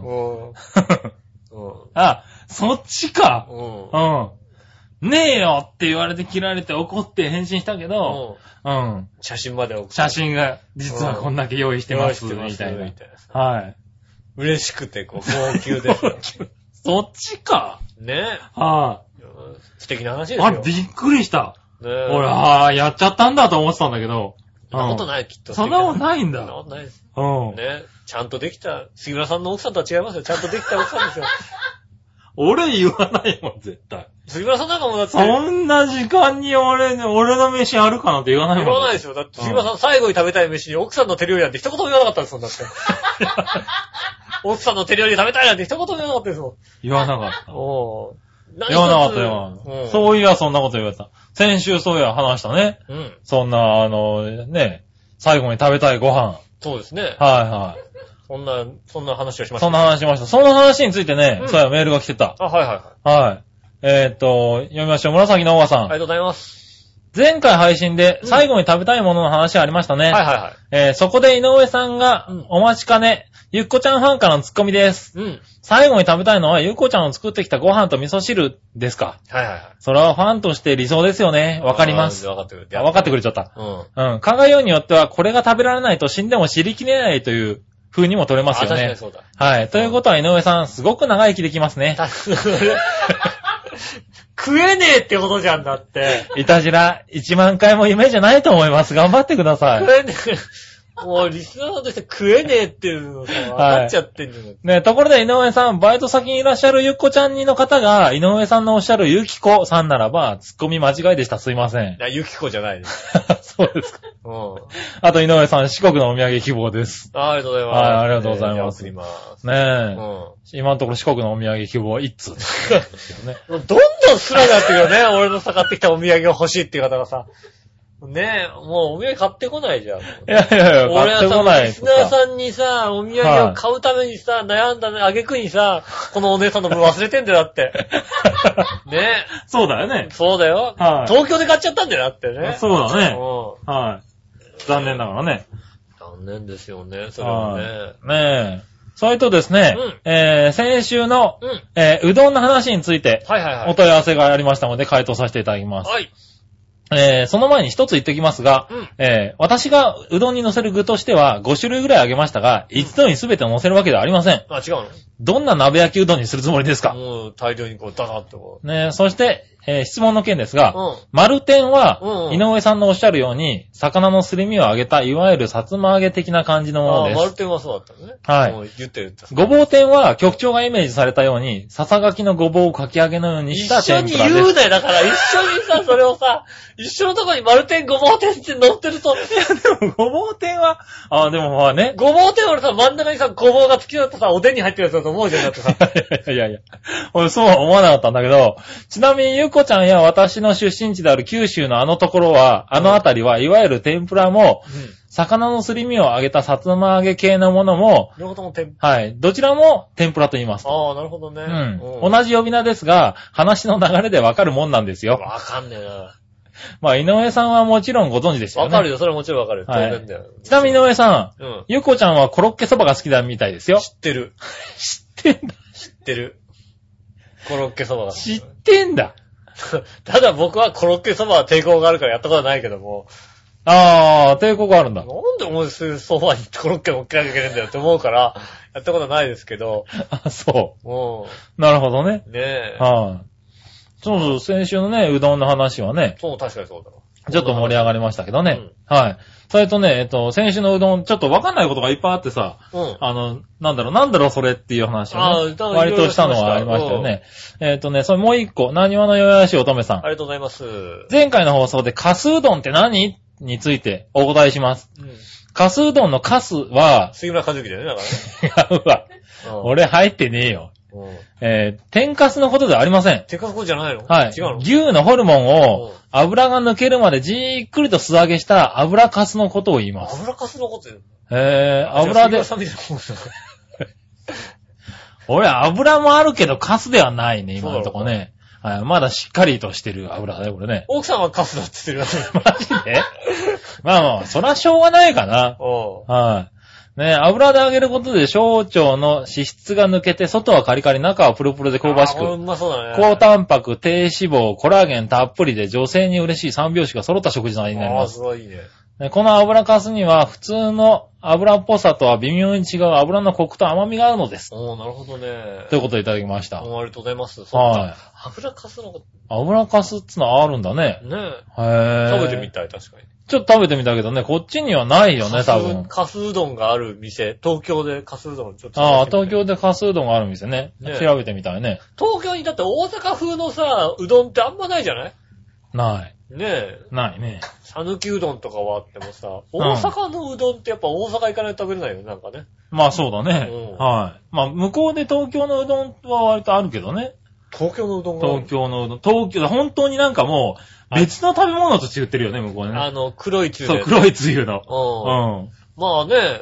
そっちか。ねえよって言われて切られて怒って返信したけど、 写真まで送って。 写真が、実はこんだけ用意してます、みたいな。はい。 嬉しくて、号泣です。 そっちか。 ね。素敵な話ですよ。 びっくりした。俺、やっちゃったんだと思ってたんだけど。 そんなことない、きっと。 そんなことないんだ。 そんなことないです。ね。ちゃんとできた、杉村さんの奥さんとは違いますよ。ちゃんとできた奥さんですよ。 俺言わないもん、絶対。 杉村さんなんかもだって。 そんな時間に俺の飯あるかなって言わないもん。 言わないですよ。だって杉村さん最後に食べたい飯に奥さんの手料理なんて一言も言わなかったんですもん、だって。奥さんの手料理食べたいなんて一言も言わなかったですもん。 言わなかった。言わなかったよ。そういや、そんなこと言われた。先週そういや話したね。そんな、ね、最後に食べたいご飯。 そうですね。 はいはい。 そんな話をしました。 そんな話しました。その話についてね、そうや、メールが来てた。 はいはいはい。はい。読みましょう。紫のおばさん。 ありがとうございます。 前回配信で最後に食べたいものの話ありましたね。 はいはいはい。 そこで井上さんがお待ちかね、ゆっこちゃんファンからのツッコミです。最後に食べたいのはゆっこちゃんを作ってきたご飯と味噌汁ですか。 はいはいはい。 それはファンとして理想ですよね。わかります。 わかってくれわかってくれちゃった。考えようによってはこれが食べられないと死んでも知りきれないという風にも取れますよね。 確かにそうだ。 はい。ということは井上さん、すごく長生きできますね。 食えねえってことじゃんだって。 いたじら、1万回も夢じゃないと思います。頑張ってください。 食えねえ。もうリスナーとして食えねえっていうのさ、分かっちゃってんじゃん。 ね、ところで井上さん、バイト先にいらっしゃるゆっこちゃんにの方が、井上さんのおっしゃるゆきこさんならば、ツッコミ間違いでした。すいません。 いや、ゆきこじゃないです。 そうですか。あと井上さん、四国のお土産希望です。 ありがとうございます。 はい、ありがとうございます。 送ります。 ねえ。今のところ四国のお土産希望一通ですよね。 どんどんスラになってくるよね。俺のさ買ってきたお土産が欲しいっていう方がさ。ねえ、もうお土産買ってこないじゃん。いや、買ってこない。 リスナーさんにさ、お土産を買うためにさ、悩んだね、あげくにさ、このお姉さんの分忘れてんだよ、だって。ねえ。 そうだよね。 そうだよ。東京で買っちゃったんだよ、だってね。 そうだね。はい。残念だからね。 残念ですよね、それはね。 ねえ。それとですね、先週の、うどんの話について、お問い合わせがありましたので、回答させていただきます。はい。その前に一つ言っておきますが、私がうどんに乗せる具としては5種類ぐらいあげましたが、一度に全て乗せるわけではありません。 あ、違うの？ どんな鍋焼きうどんにするつもりですか？ もう大量にこうダダッとこう。 ね、そして、質問の件ですが、丸天は、井上さんのおっしゃるように、魚のすり身を揚げた、いわゆるさつま揚げ的な感じのものです。 丸天はそうだったのね。 はい。 もう言ってる。 ごぼう天は、局長がイメージされたように、ささがきのごぼうをかき揚げのようにした天ぷらです。 一緒に言うなよ。だから一緒にさ、それをさ、一緒のとこに丸天ごぼう天って乗ってると。いや、でもごぼう天は、でもまあね。 ごぼう天はさ、真ん中にさ、ごぼうが突き出ったさ、おでんに入ってるやつだと思うじゃん、だってさ。 いや。俺そうは思わなかったんだけど、ちなみにゆうこちゃんや私の出身地である九州のあのところは、あのあたりは、いわゆる天ぷらも、魚のすり身を揚げたさつま揚げ系のものも、はい。どちらも天ぷらと言います。 ああ、なるほどね。 同じ呼び名ですが、話の流れでわかるもんなんですよ。 わかんねえな。 まあ、井上さんはもちろんご存知ですよね。 わかるよ、それはもちろんわかる。当然だよ。 ちなみに井上さん、ゆうこちゃんはコロッケそばが好きだみたいですよ。 知ってる。 知ってんだ。 知ってる。コロッケそばが。 知ってんだ。 ただ僕はコロッケそばは抵抗があるからやったことはないけども。 抵抗があるんだ。 なんでお前そばにコロッケ乗っけなきゃいけないんだよって思うから、やったことはないですけど。 そう。なるほどね。 ねえ。 そう、先週のね、うどんの話はね。 そう、確かにそうだろ。 ちょっと盛り上がりましたけどね。はい。それとね、先週のうどん、ちょっとわかんないことがいっぱいあってさ、なんだろうそれっていう話をね、割としたのはありましたよね。それもう一個、なにわのよやしおとめさん。 ありがとうございます。 前回の放送で、かすうどんって何についてお答えします。かすうどんのかすは、 杉村和之だよね、だからね。違うわ。俺入ってねえよ。天かすのことではありません。 天かすのことじゃないの？ はい。違うの？牛のホルモンを油が抜けるまでじーっくりと素揚げした油かすのことを言います。 油かすのこと言うの？油で。俺油もあるけどかすではないね、今のとこね。はい。まだしっかりとしてる油だね、これね。 奥さんはカスだって言ってるよね。 マジでまあ、そらしょうがないかな。はい。ね、油で揚げることで小腸の脂質が抜けて、外はカリカリ、中はプルプルで香ばしく。 うまそうだね。 高タンパク、低脂肪、コラーゲンたっぷりで女性に嬉しい三拍子が揃った食事の味になります。 すごいいいね。 この油かすには普通の油っぽさとは微妙に違う油のコクと甘みがあるのです。 なるほどね。 ということでいただきました。 ありがとうございます。 はい。 油かすのこと。 油かすってのはあるんだね。 ねえ。 食べてみたい、確かに。 ちょっと食べてみたけどね、こっちにはないよね、多分。 かすうどんがある店。東京でかすうどんちょっと。 東京でかすうどんがある店ね。調べてみたいね。 東京にだって大阪風のさ、うどんってあんまないじゃない？ ない。 ねえ。 ないね。 さぬきうどんとかはあってもさ、大阪のうどんってやっぱ大阪行かないと食べれないよね、なんかね。 まあそうだね。はい。まあ向こうで東京のうどんは割とあるけどね。 東京のうどんが東京のうどん。東京、本当になんかもう、別の食べ物として売ってるよね、向こうね。 黒いつゆそう、黒いつゆの。 まあね、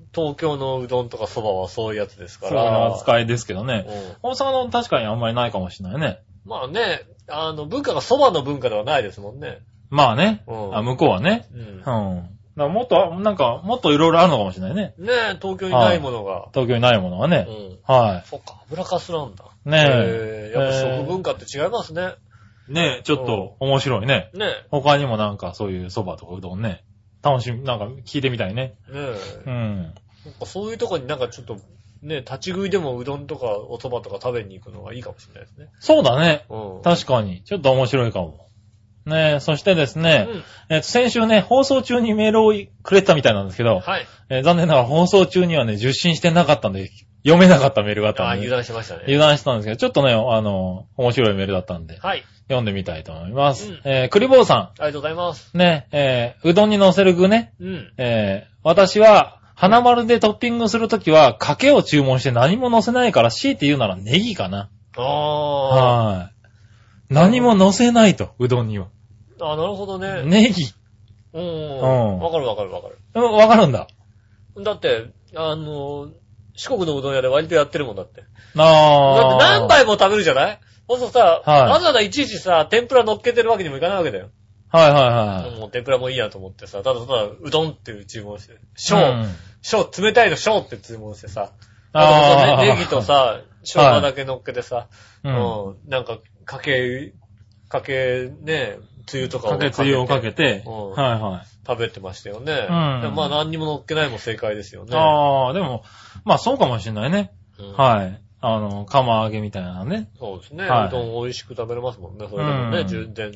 東京のうどんとか蕎麦はそういうやつですから。 そういう扱いですけどね。大阪の確かにあんまりないかもしれないね。 まあね、文化が蕎麦の文化ではないですもんね。 まあね。向こうはね。だからもっといろいろあるのかもしれないね。 ねえ、東京にないものが。 東京にないものはね。はい。 そっか、油かすなんだ。 ねえ。 やっぱ食文化って違いますね。 ねえ、ちょっと面白いね。ねえ。他にもなんかそういう蕎麦とかうどんね。なんか聞いてみたいね。ねえ。なんかそういうとこになんかちょっと、ね、立ち食いでもうどんとかお蕎麦とか食べに行くのがいいかもしれないですね。 そうだね。確かに。ちょっと面白いかも。ねえ、そしてですね、先週ね、放送中にメールをくれたみたいなんですけど、はい。残念ながら放送中にはね、受信してなかったんで、読めなかったメールがあったんで。 油断しましたね。 油断したんですけど、ちょっとね、面白いメールだったんで、はい。読んでみたいと思います。クリボーさん。 ありがとうございます。 ね、うどんに乗せる具ね。私は、花丸でトッピングするときは、かけを注文して何も乗せないから、強いて言うならネギかな。はい。何も乗せないと、うどんには。 なるほどね。 ネギ。 わかる。わかるんだ。 だって、四国のうどん屋で割とやってるもんだって。だって何杯も食べるじゃないそうするとさ、わざわざいちいちさ、天ぷら乗っけてるわけにもいかないわけだよ。はい。もう天ぷらもいいやと思ってさ、ただうどんっていう注文して、冷たいの小って注文してさ、ネギとさ、生姜だけ乗っけてさ、なんか、かけね、つゆとかをかけつゆをかけて、 食べてましたよね。まあ何にも乗っけないも正解ですよね。 でも、まあそうかもしれないね。はい。釜揚げみたいなね。 そうですね。うどん美味しく食べれますもんね。それでもね、全然。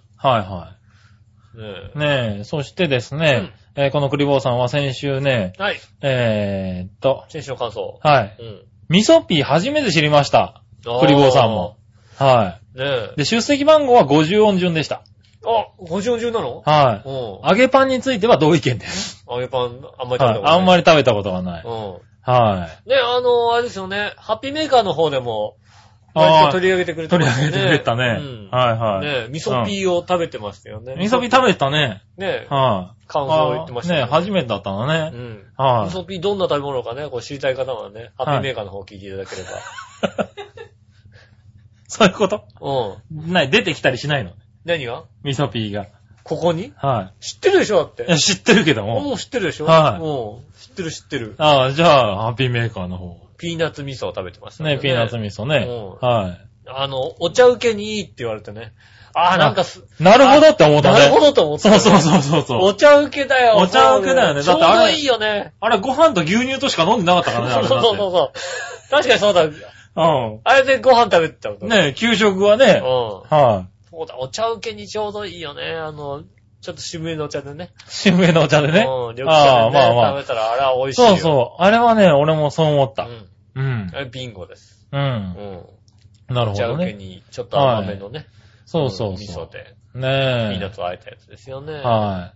ねえ、そしてですね、このクリボーさんは先週ね、はい。 先週の感想。 はい。味噌ピー初めて知りました。クリボーさんも。はい。ねえ。で、出席番号は50音順でした。 50音順なの？ はい。揚げパンについては同意見です。 揚げパン、あんまり食べたことない。 あんまり食べたことがない。はい。 ね、あれですよね、ハッピーメーカーの方でも、取り上げてくれてましたね。 取り上げてくれたね。はい。 ね、味噌ピーを食べてましたよね。 味噌ピー食べてたね。 ね、感想を言ってましたね。 初めてだったのね。 味噌ピーどんな食べ物かね、知りたい方はね、ハッピーメーカーの方を聞いていただければ。 そういうこと？出てきたりしないの？ 何が？ 味噌ピーが。 ここに？ はい。 知ってるでしょだって。 いや、知ってるけども。 もう知ってるでしょ？ はい。 知ってる。 じゃあ、ハッピーメーカーの方。 ピーナッツ味噌を食べてましたね。 ピーナッツ味噌ね。はい。 お茶受けにいいって言われてね。なんかなるほどって思ったね。 なるほどと思った。 そう。 お茶受けだよ。 お茶受けだよね。 だってあれ。ちょうどいいよね。 あれご飯と牛乳としか飲んでなかったからね。 そう。確かにそうだ。あれでご飯食べてたことね。給食はね。 はい。そうだ、お茶受けにちょうどいいよね。ちょっと渋めのお茶でね。 渋めのお茶でね。 緑茶でね、食べたらあれは美味しいよ。 そう。あれはね、俺もそう思った。あれビンゴです。 なるほどね。お茶受けにちょっと甘めのね。 そう。 味噌で。 ねえ。 ピーナッツをあえたやつですよね。 はい。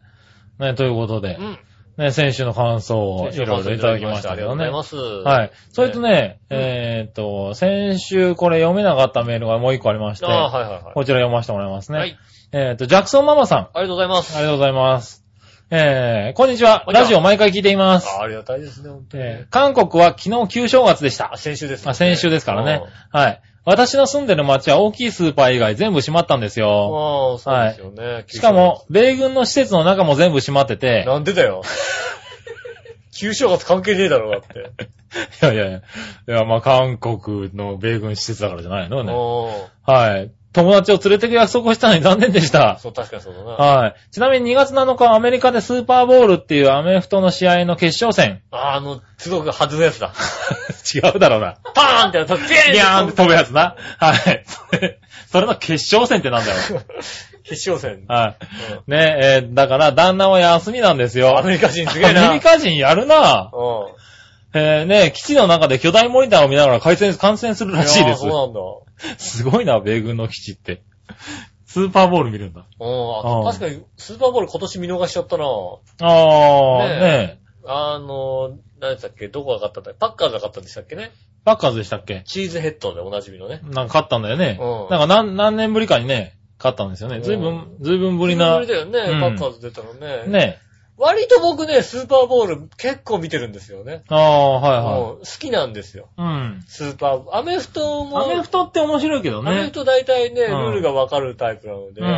ね、ということで。ね、先週の感想をいろいろいただきましたけどね。 ありがとうございます。 はい。それとね、先週これ読めなかったメールがもう一個ありまして。こちら読ませてもらいますね。はい。ジャクソンママさん。 ありがとうございます。 ありがとうございます。こんにちは。ラジオ毎回聞いています。 ありがたいですね、本当に。 韓国は昨日旧正月でした。 先週ですね。 先週ですからね。はい。私の住んでる町は大きいスーパー以外全部閉まったんですよ。 そうですよね。 しかも、米軍の施設の中も全部閉まってて。 なんでだよ。旧正月関係ねえだろ、だって。 いや、まあ、韓国の米軍施設だからじゃないのね。はい。友達を連れてく約束をしたのに残念でした。 そう、確かにそうだな。 はい。ちなみに2月7日アメリカでスーパーボールっていうアメフトの試合の決勝戦。 すごく外すやつだ。 違うだろうな。 パーンってやつ、 ビャーンって飛ぶやつな。はい。それの決勝戦ってなんだろう。 決勝戦。 はい。ねだから旦那は休みなんですよ。 アメリカ人すげえな。 アメリカ人やるな。基地の中で巨大モニターを見ながら観戦するらしいです。 そうなんだ。 すごいな、米軍の基地って。スーパーボール見るんだ。 確かに、スーパーボール今年見逃しちゃったな。何でしたっけ、どこが勝ったんだっけ、パッカーズが勝ったんでしたっけね。 パッカーズでしたっけ。 チーズヘッドでおなじみのね。 なんか勝ったんだよね。なんか何年ぶりかにね、勝ったんですよね。ずいぶんぶりな。 ぶりだよね、パッカーズ出たのね。 割と僕ね、スーパーボール結構見てるんですよね。 ああ、はいはい。 好きなんですよ。 うん。 スーパー、アメフトも。 アメフトって面白いけどね。 アメフト大体ね、ルールがわかるタイプなので、うん。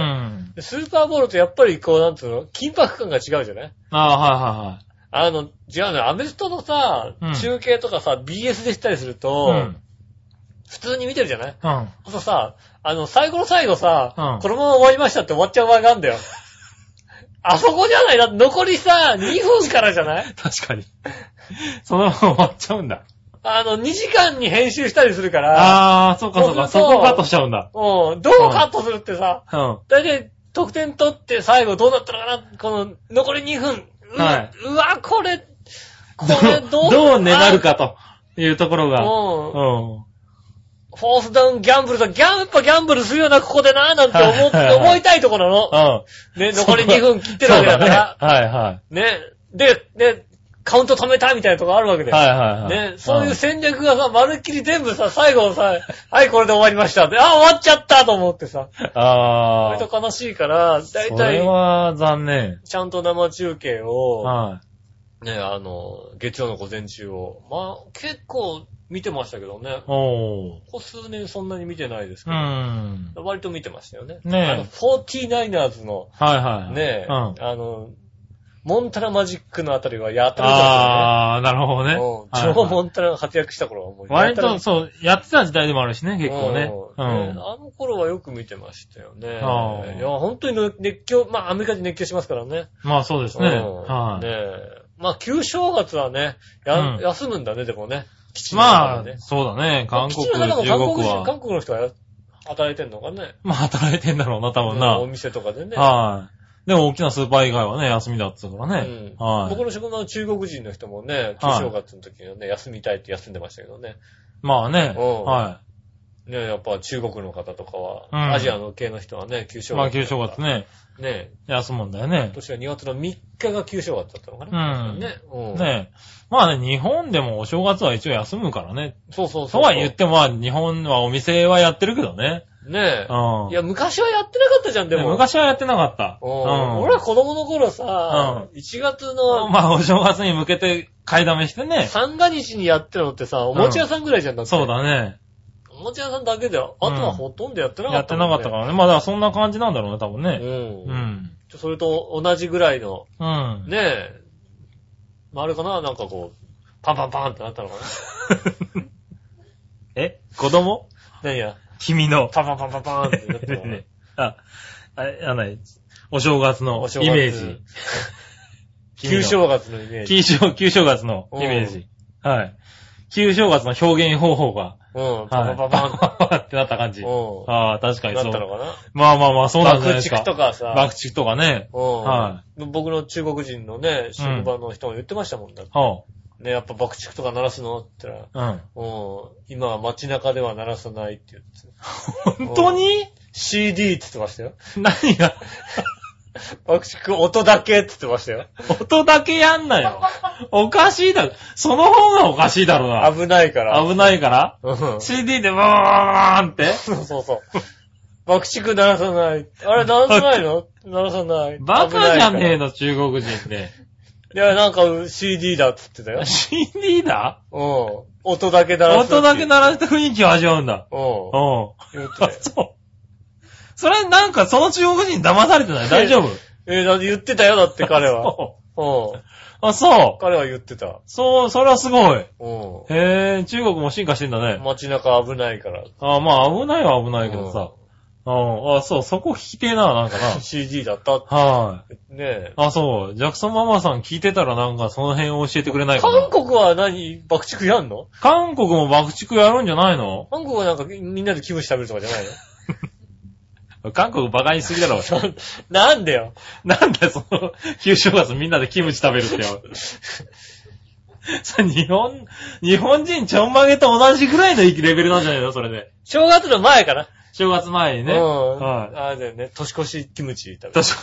スーパーボールとやっぱりこう、なんつうの、緊迫感が違うじゃない？ ああ、はいはいはい。 違うね、アメフトのさ、中継とかさ、BS でしたりすると、普通に見てるじゃない？あとさ、最後の最後さ、このまま終わりましたって終わっちゃう場合があるんだよ。あそこじゃないだって残りさ、2分からじゃない？ 確かに。そのまま終わっちゃうんだ。 2時間に編集したりするから。 ああ、そうかそうか。そこカットしちゃうんだ。 どうカットするってさ、だいたい得点取って最後どうなったのかな？この残り2分。うわ、これどう粘るかというところが。 フォースダウンギャンブルだ。やっぱギャンブルするよな、ここでな、なんて思いたいところなの。ね、残り2分切ってるわけだから。 はいはい。 ね、で、カウント止めたみたいなとこあるわけだよ。はいはいはい。ね、そういう戦略がさ、まるっきり全部さ、最後さ、はい、これで終わりました。で、終わっちゃったと思ってさ。割と悲しいから、だいたい。それは残念。 ちゃんと生中継を、ね、月曜の午前中を、まあ、結構見てましたけどね。ここ数年そんなに見てないですけど。割と見てましたよね。ね49ers の、ね、モンタナマジックのあたりはやってるんだよね。 ああ、なるほどね。 超モンタナが活躍した頃は思い出割とそう、やってた時代でもあるしね、結構ね。 あの頃はよく見てましたよね。いや、本当に熱狂、まあアメリカで熱狂しますからね。 まあそうですね。 まあ旧正月はね、休むんだね、でもね。 まあ、そうだね。韓国、中国は。 韓国の人は働いてんのかね。 まあ働いてんだろうな、多分な。 お店とかでね。 でも大きなスーパー以外はね、休みだったからね。 僕の職場の中国人の人もね、旧正月の時にはね、休みたいって休んでましたけどね。 まあね。 ね、やっぱ中国の方とかは、アジアの系の人はね、旧正月。 まあ旧正月ね。ね休むんだよね。 今年は2月の3日が旧正月だったのかな。 ねまあね、日本でもお正月は一応休むからね。 そう。 とは言っても、まあ日本はお店はやってるけどね。 ねえ。いや、昔はやってなかったじゃん、でも。 昔はやってなかった。 俺は子供の頃さ、1月の。 まあお正月に向けて買いだめしてね。 三が日にやってるのってさ、お餅屋さんぐらいじゃんだって。 そうだね。 おもちゃ屋さんだけで、あとはほとんどやってなかった、 やってなかったからね。まあだからそんな感じなんだろうね、多分ね。 それと同じぐらいの。ねえ。あれかななんかこう、パンパンパンってなったのかな子供何や君の。 パンパンパンパンパンってなったのね。 お正月のイメージ。 旧正月のイメージ。 旧正月のイメージ。はい。旧正月の表現方法が。 パンパンパンパンってなった感じ。ああ、確かにそう。 なったのかなまあ、そうなんじゃないですか。 爆竹とかさ。 爆竹とかね。 僕の中国人のね、職場の人も言ってましたもんだって。ね、やっぱ爆竹とか鳴らすのって言ったら、今は街中では鳴らさないって言って。 本当に ?CD って言ってましたよ。 何が爆竹音だけって言ってましたよ。 音だけやんなよ。おかしいだろ。その方がおかしいだろうな。 危ないから。 危ないから、?CD でバーンって。 そう。爆竹鳴らさない。あれ鳴らさないの鳴らさない。 バカじゃねえの、中国人って。 いや、なんか CD だって言ってたよ。 CD だ音だけ鳴らす。 音だけ鳴らして雰囲気を味わうんだ。 言ってたよ。 そう。それなんかその中国人騙されてない大丈夫だって言ってたよ、だって彼は。 あ、そう。 彼は言ってた。 そう、それはすごい。へえ、中国も進化してんだね。 街中危ないから。 まあ危ないは危ないけどさ。そう、そこ聞きてえな、なんかな。 CD だったって。ねえ。そう。ジャクソンママさん聞いてたらなんかその辺を教えてくれないかな。韓国は爆竹やんの？ 韓国も爆竹やるんじゃないの？ 韓国はなんかみんなでキムチ食べるとかじゃないの？韓国バカにしすぎだろ。 なんでよ。 なんでその、旧正月みんなでキムチ食べるってよ。日本人ちょんまげと同じぐらいのレベルなんじゃないのそれで。 正月の前かな。 正月前にね。 あれだよね。年越しキムチ食べる。 年越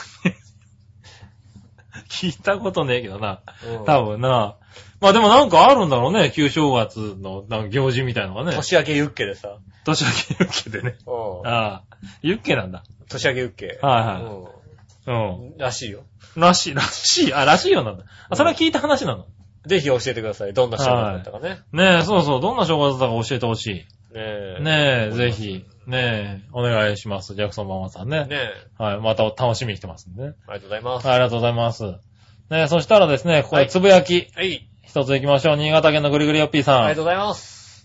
し。聞いたことねえけどな。多分な。まあでもなんかあるんだろうね。旧正月のなんか行事みたいなのがね。 年明けユッケでさ。 年明けユッケでね。ユッケなんだ。 年明けユッケ。 うん。 らしいよ。 らしいよなんだ。それは聞いた話なの。 ぜひ教えてください。どんな正月だったかね。 ねえ、そうそう、どんな正月だったか教えてほしい。 ねえ、ぜひ、ねえ、お願いします。ジャクソンママさんね。はい、また楽しみにしてますんでね。 ありがとうございます。 ありがとうございます。ねえ、そしたらですね、ここでつぶやき。 はい。 一つ行きましょう。新潟県のぐりぐりよっぴーさん。 ありがとうございます。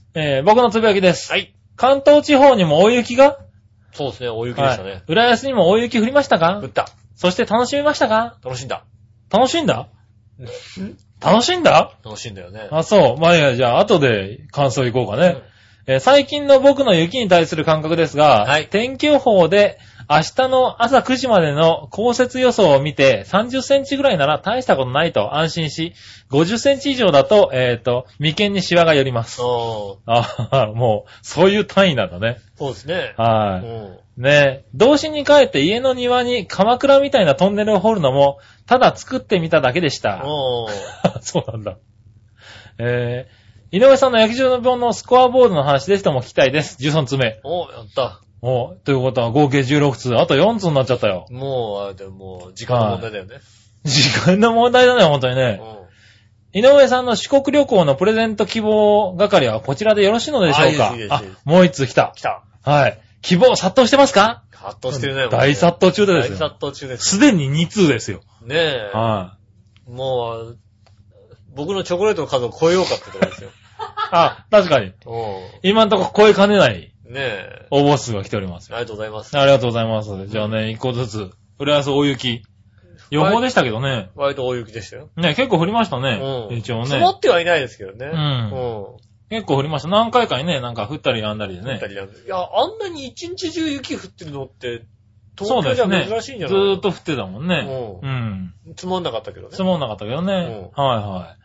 僕のつぶやきです。 はい。 関東地方にも大雪が？ そうですね、大雪でしたね。 浦安にも大雪降りましたか？ 降った。 そして楽しみましたか？ 楽しんだ。 楽しんだ楽しんだよね。 あ、そう。まあいいや、じゃあ後で感想いこうかね。最近の僕の雪に対する感覚ですが、はい、天気予報で明日の朝9時までの降雪予想を見て30センチぐらいなら大したことないと安心し、50センチ以上だと、眉間にシワが寄ります。もう、そういう単位なんだね。 そうですね。 はい。ね、童心に帰って家の庭に鎌倉みたいなトンネルを掘るのも、ただ作ってみただけでした。そうなんだ。井上さんの野球場の分のスコアボードの話ですとも聞きたいです。13つ目。 やった。 ということは合計16通。あと4通になっちゃったよ。 もう、時間の問題だよね。 時間の問題だね、本当にね。井上さんの四国旅行のプレゼント希望係はこちらでよろしいのでしょうか？もう1通来た。はい。希望殺到してますか？ 殺到してるね。 大殺到中ですよ。 大殺到中です。 すでに2通ですよ。 ねえ。はい。もう、僕のチョコレートの数を超えようかってところですよ。 確かに。今んとこ超えかねない。 ねえ。 応募数が来ております。 ありがとうございます。 ありがとうございます。じゃあね、1個ずつ。浦安大雪。予報でしたけどね。 割と大雪でしたよ。 ね、結構降りましたね。一応ね。 積もってはいないですけどね。 結構降りました。何回かにね、なんか降ったりやんだりでね。 いや、あんなに一日中雪降ってるのって、東京じゃ珍しいんじゃない？ ずーっと降ってたもんね。 積もんなかったけどね。 積もんなかったけどね。はい。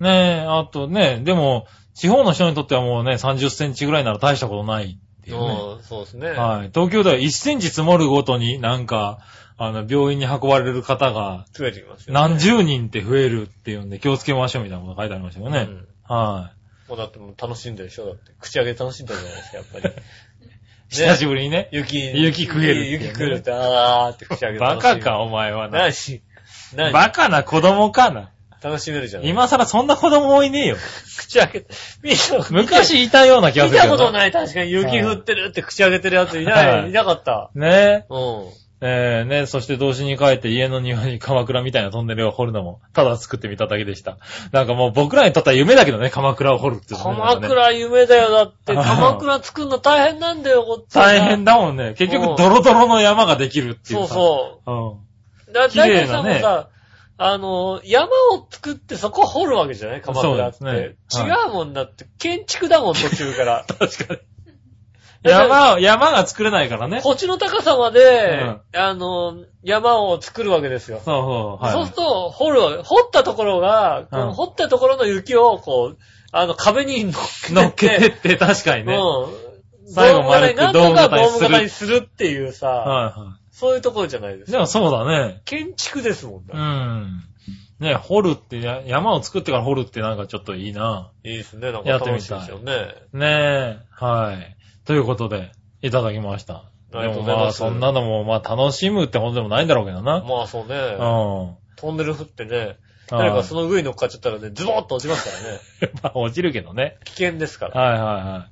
ねえ、あとね、でも、地方の人にとってはもうね、30センチぐらいなら大したことないっていうね。 そうですね。 はい。東京では1センチ積もるごとになんか、病院に運ばれる方が、 増えてきますよね。何十人って増えるっていうんで気をつけましょうみたいなこと書いてありましたよね。はい。 もうだってもう楽しんでるでしょ？だって。口上げ楽しんでるじゃないですか、やっぱり。 久しぶりにね。 雪食える。 雪食えるって、って口上げバカか、お前はな。 何バカな子供かな。 楽しめるじゃん。 今更そんな子供多いねえよ。 口開けて。 昔いたような気がする。 見たことない、確かに雪降ってるって口開けてるやついなかった。 ねえ。ねそして童心に帰って家の庭に鎌倉みたいなトンネルを掘るのも、ただ作ってみただけでした。なんかもう僕らにとっては夢だけどね、鎌倉を掘るっていうのね。 鎌倉夢だよ、だって。鎌倉作るの大変なんだよ、こっち。 大変だもんね。結局ドロドロの山ができるっていう。 そう。綺麗なね。山を作ってそこ掘るわけじゃない鎌倉って。そうですね。違うもんだって、建築だもん、途中から。 確かに。山が作れないからね。 こっちの高さまで、山を作るわけですよ。 そうすると、掘ったところが、掘ったところの雪を、こう、壁に乗っけてって、確かにね。 最後丸くドーム型にするっていうさ、そういうところじゃないですか。 でもそうだね。 建築ですもんね。 ね掘るって、山を作ってから掘るってなんかちょっといいな。 いいですね。なんか楽しいですよね。 ねはい。ということで、いただきました。 ありがとうございます。 そんなのも、楽しむってほどでもないんだろうけどな。 まあそうね。トンネル降ってね、誰かその上に乗っかっちゃったらね、ズボーッと落ちますからね。 落ちるけどね。 危険ですから。 はい。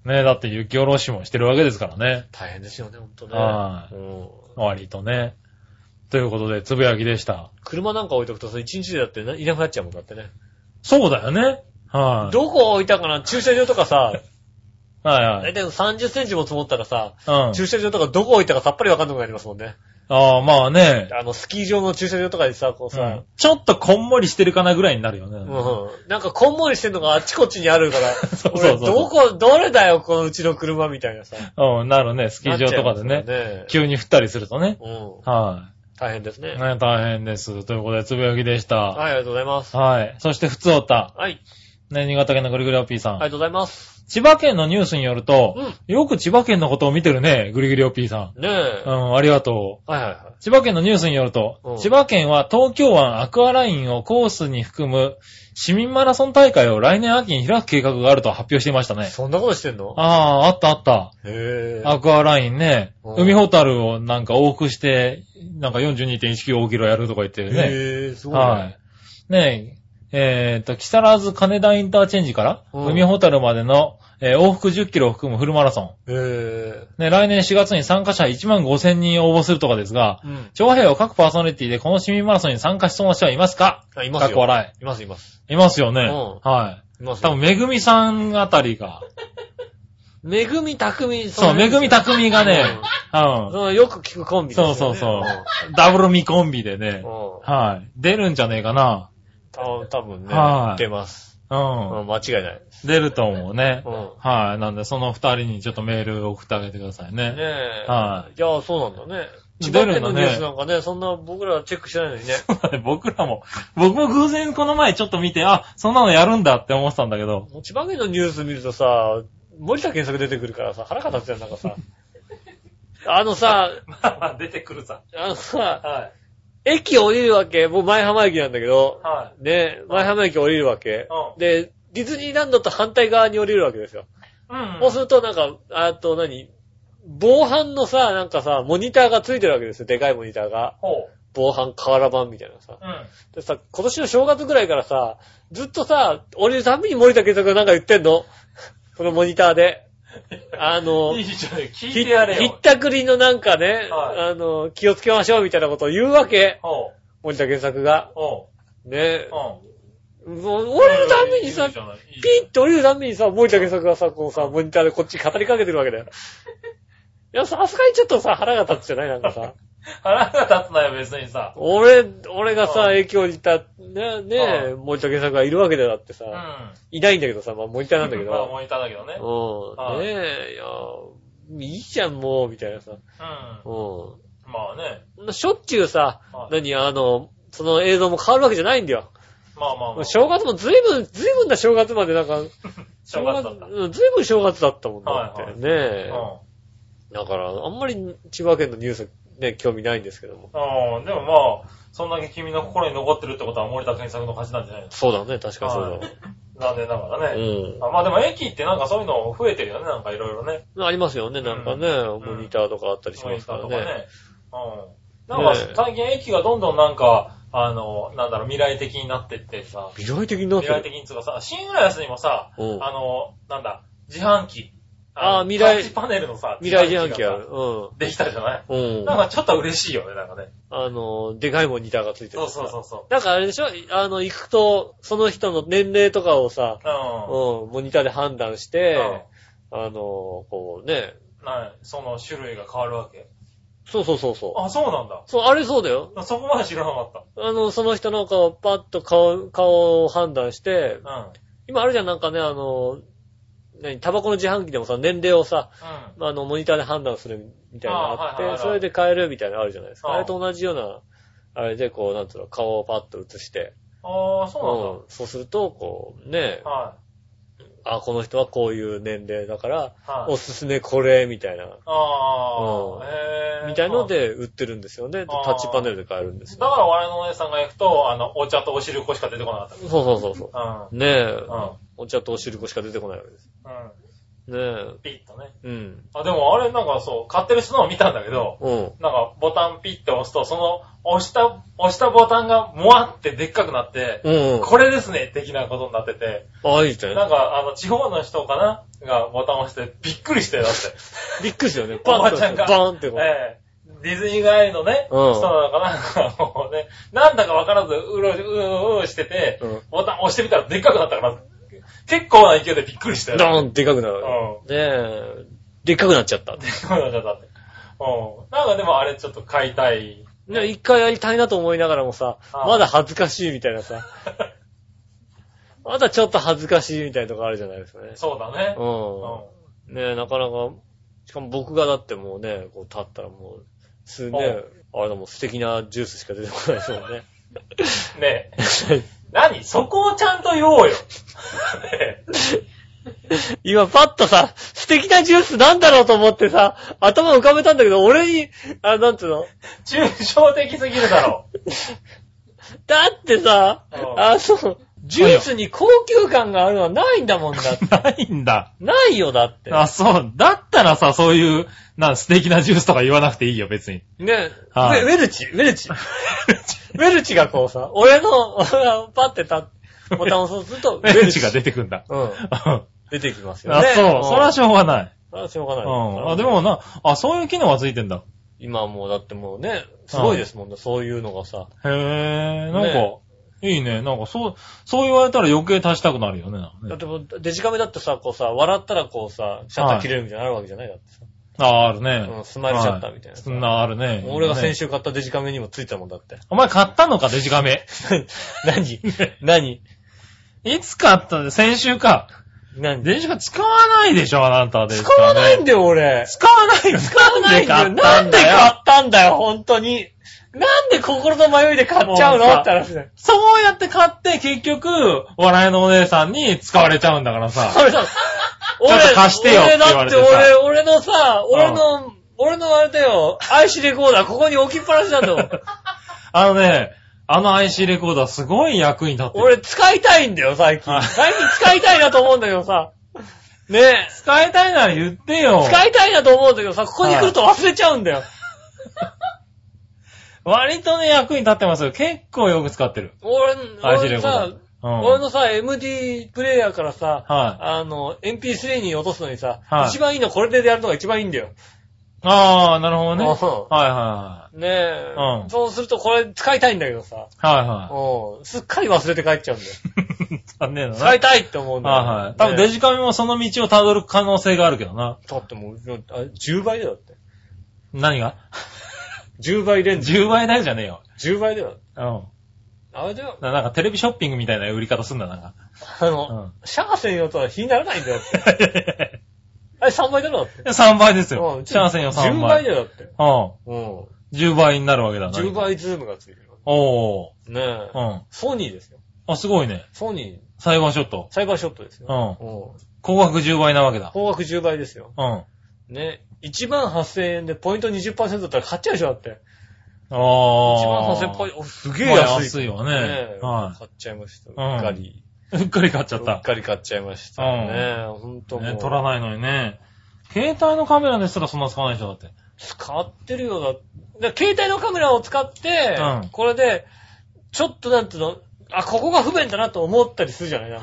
ねだって雪下ろしもしてるわけですからね。 大変ですよね、ほんとね。 割とね。ということで、つぶやきでした。 車なんか置いとくと、一日でだっていなくなっちゃうもんだってね。 そうだよね。 どこ置いたかな？駐車場とかさ、 だいたい30センチも積もったらさ、駐車場とかどこ置いたかさっぱりわかんなくなりますもんね。 まあね。 スキー場の駐車場とかでさ、こうさ、 ちょっとこんもりしてるかなぐらいになるよね。 なんかこんもりしてるのがあっちこっちにあるから、俺どれだよ、このうちの車みたいなさ。 なるね。スキー場とかでね。急に降ったりするとね。 大変ですね。 大変です。ということで、つぶやきでした。 はい、ありがとうございます。 はい。そして、ふつおた。 はい。 ね、新潟県のぐりぐりおっぴーさん。 ありがとうございます。 千葉県のニュースによると、よく千葉県のことを見てるね、ぐりぐりおっぴーさん。 ねえ。 ありがとう。 はいはいはい。 千葉県のニュースによると、千葉県は東京湾アクアラインをコースに含む市民マラソン大会を来年秋に開く計画があると発表していましたね。 そんなことしてんの？ あったあった。 へぇー。 アクアラインね、海ホタルをなんか往復して、なんか 42.195 キロやるとか言ってるね。 へぇー、すごい。 はい。ねえ、木更津金田インターチェンジから、海ホタルまでの、往復10キロを含むフルマラソン。ね、来年4月に参加者15,000人応募するとかですが、長平は各パーソナリティでこの市民マラソンに参加しそうな人はいますか？ いますよ。 かっこ笑い。 いますいます。 いますよね。はい。いますよ。多分、めぐみさんあたりが。 めぐみたくみ。 そう、めぐみたくみがね、 よく聞くコンビですよね。 そう。ダブルミコンビでね、はい。出るんじゃねえかな。 多分ね、出ます。間違いない。 出ると思うね。はい。なんで、その二人にちょっとメール送ってあげてくださいね。 ねえ。 はい。 いや、そうなんだね。千葉県のニュースなんかね、そんな僕らはチェックしてないのにね。 そうだね、僕も偶然この前ちょっと見て、そんなのやるんだって思ってたんだけど。 千葉県のニュース見るとさ、森田健作出てくるからさ、腹が立つじゃん、なんかさ。 出てくるさ。 はい。駅降りるわけ。僕、前浜駅なんだけど。 はい。 ね、前浜駅降りるわけ。で、ディズニーランドと反対側に降りるわけですよ。そうすると、なんか、防犯のさ、なんかさ、モニターがついてるわけですよ。でかいモニターが。防犯瓦版みたいなさ。でさ、今年の正月ぐらいからさ、ずっとさ、降りるたびに森田健作がなんか言ってんの。そのモニターで。 いいじゃん、聞いてやれよ。 ひったくりのなんかね、気をつけましょうみたいなことを言うわけ。森田健作が。ね。降りるたびにさ、ピッと降りるたびにさ、森田健作がさ、こうさ、モニターでこっち語りかけてるわけだよ。いや、さすがにちょっとさ、腹が立つじゃないなんかさ。 腹が立つなよ、別にさ。 俺がさ、影響にいた、ね、森田健作がいるわけだよ、だってさ。いないんだけどさ、モニターなんだけど。 モニターだけどね。 ねえ、いいじゃん、もう、みたいなさ。 まあね。 しょっちゅうさ、その映像も変わるわけじゃないんだよ。 まあ。 正月もずいぶんな正月までなんか、 正月だった。 ずいぶん正月だったもんだってね。だから、あんまり千葉県のニュースね、興味ないんですけども。 でもまあ、そんだけ君の心に残ってるってことは森田健作の勝ちなんじゃないの？ そうだね、確かにそうだ。 残念ながらね。まあでも駅ってなんかそういうの増えてるよね、なんかいろいろね。 ありますよね、なんかね、モニターとかあったりしますからね。 なんか最近駅がどんどんなんか、未来的になってってさ。 未来的になってる？ 未来的につうかさ、新浦安にもさ、自販機。 未来。 タッチパネルのさ、 未来自販機ある。 できたじゃない？なんかちょっと嬉しいよね、なんかね。 でかいモニターがついてる。 そう。 なんかあれでしょ？行くと、その人の年齢とかをさ、モニターで判断して、こうね。 その種類が変わるわけ。 そう。 そうなんだ。 そう、あれそうだよ。 そこまで知らなかった。 その人の顔、パッと顔を判断して、今あるじゃん、なんかね、タバコの自販機でもさ、年齢をさ、モニターで判断するみたいなのがあって、それで変えるみたいなのあるじゃないですか。あれと同じような、あれでこう、なんつうの、顔をパッと映して。 そうなんだ。 そうすると、こう、ね、この人はこういう年齢だから、おすすめこれ、みたいな。みたいので売ってるんですよね。タッチパネルで買えるんですよ。 だから我のお姉さんが行くと、お茶とお汁粉しか出てこなかった。 そう。ねえ。お茶とお汁粉しか出てこないわけです。ねえ。 ピッとね。 でもあれなんかそう、買ってる人のを見たんだけど、なんかボタンピッて押すと、その押したボタンがもわってでっかくなって、これですね的なことになってて、 いいじゃん。 なんか地方の人かながボタンを押してびっくりしてだって。 びっくりしたよね。 おばちゃんが。 バーンってこう。 ディズニー街のね、人なのかなもうね、なんだかわからずうろしてて、ボタン押してみたらでっかくなったから、結構な勢いでびっくりしたよ。 ドーンでかくなる。でっかくなっちゃった。 でっかくなっちゃったって。なんかでもあれちょっと買いたい。 一回やりたいなと思いながらもさ、まだ恥ずかしいみたいなさ。まだちょっと恥ずかしいみたいなとこあるじゃないですかね。 そうだね。 ねえ、なかなか、しかも僕がだってもうね、こう立ったらもう、あれだもう素敵なジュースしか出てこないですもんね。 ね何そこをちゃんと言おうよ。 今パッとさ、素敵なジュースなんだろうと思ってさ、頭浮かべたんだけど、俺に、なんつうの抽象的すぎるだろ。 だってさ、ジュースに高級感があるのはないんだもんだって。 ないんだ。 ないよ、だって。 あ、そう。だったらさ、そういう、素敵なジュースとか言わなくていいよ、別に。 ね、ウェルチ。ウェルチがこうさ、俺がパッてボタンを押すと、 ウェルチが出てくんだ。 うん。出てきますよね。 あ、そう。それはしょうがない。 それはしょうがない。 うん。でもそういう機能がついてんだ。 今もうだってもうね、すごいですもんね、そういうのがさ。 へぇなんか、いいね。なんかそう言われたら余計足したくなるよね。 だってもう、デジカメだってさ、こうさ、笑ったらこうさ、シャッター切れるみたいなのあるわけじゃないだってさ。 あるね。 スマイルシャッターみたいな。 そんなあるね。 俺が先週買ったデジカメにもついたもんだって。 お前買ったのか、デジカメ。 何いつ買ったんだ先週か。デジカメ使わないでしょ、あなた。 使わないんだよ、俺。 使わないよ。 使わないんだよ。なんで買ったんだよ、ほんとに。なんで心の迷いで買っちゃうのって話だよ。 そうやって買って、結局、笑いのお姉さんに使われちゃうんだからさ。 それさ、 ちょっと貸してよって言われてさ。 俺のさ、俺のあれだよ、IC レコーダーここに置きっぱなしなんだもん。 IC レコーダーすごい役に立ってる。 俺使いたいんだよ、最近。最近使いたいなと思うんだけどさ。ねえ。 使いたいなら言ってよ。 使いたいなと思うんだけどさ、ここに来ると忘れちゃうんだよ。 割とね、役に立ってますよ。結構よく使ってる。俺のさ、MD プレイヤーからさ、MP3 に落とすのにさ、一番いいのこれでやるのが一番いいんだよ。 ああ、なるほどね。はい。 ねえ。そうするとこれ使いたいんだけどさ。すっかり忘れて帰っちゃうんだよ。 残念だな。 使いたいって思うんだよ。 多分デジカメもその道を辿る可能性があるけどな。 だってもう、10倍だよって。 何が 10倍レンズ。 10倍だよじゃねえよ。 10倍だよ。あれだよ。 なんかテレビショッピングみたいな売り方すんだ、なんか。 シャア専用とは比にならないんだよって。あれ3倍だろだって。 3倍ですよ。シャア専用3倍。 10倍だよだって。 10倍になるわけだな。 10倍ズームがついてる。ねえ。ソニーですよ。 あ、すごいね。 ソニー。 サイバーショット。 サイバーショットですよ。 高額10倍なわけだ。 高額10倍ですよ。ね。18,000円でポイント 20% だったら買っちゃうでしょだって。18,000ポイント。すげえ安い。 安いわね。 買っちゃいました。うっかり。 うっかり買っちゃった。 うっかり買っちゃいましたね。ほんともう。 撮らないのにね。携帯のカメラですらそんな使わないでしょだって。 使ってるよだ。携帯のカメラを使って、これで、ちょっとなんていうの、ここが不便だなと思ったりするじゃない。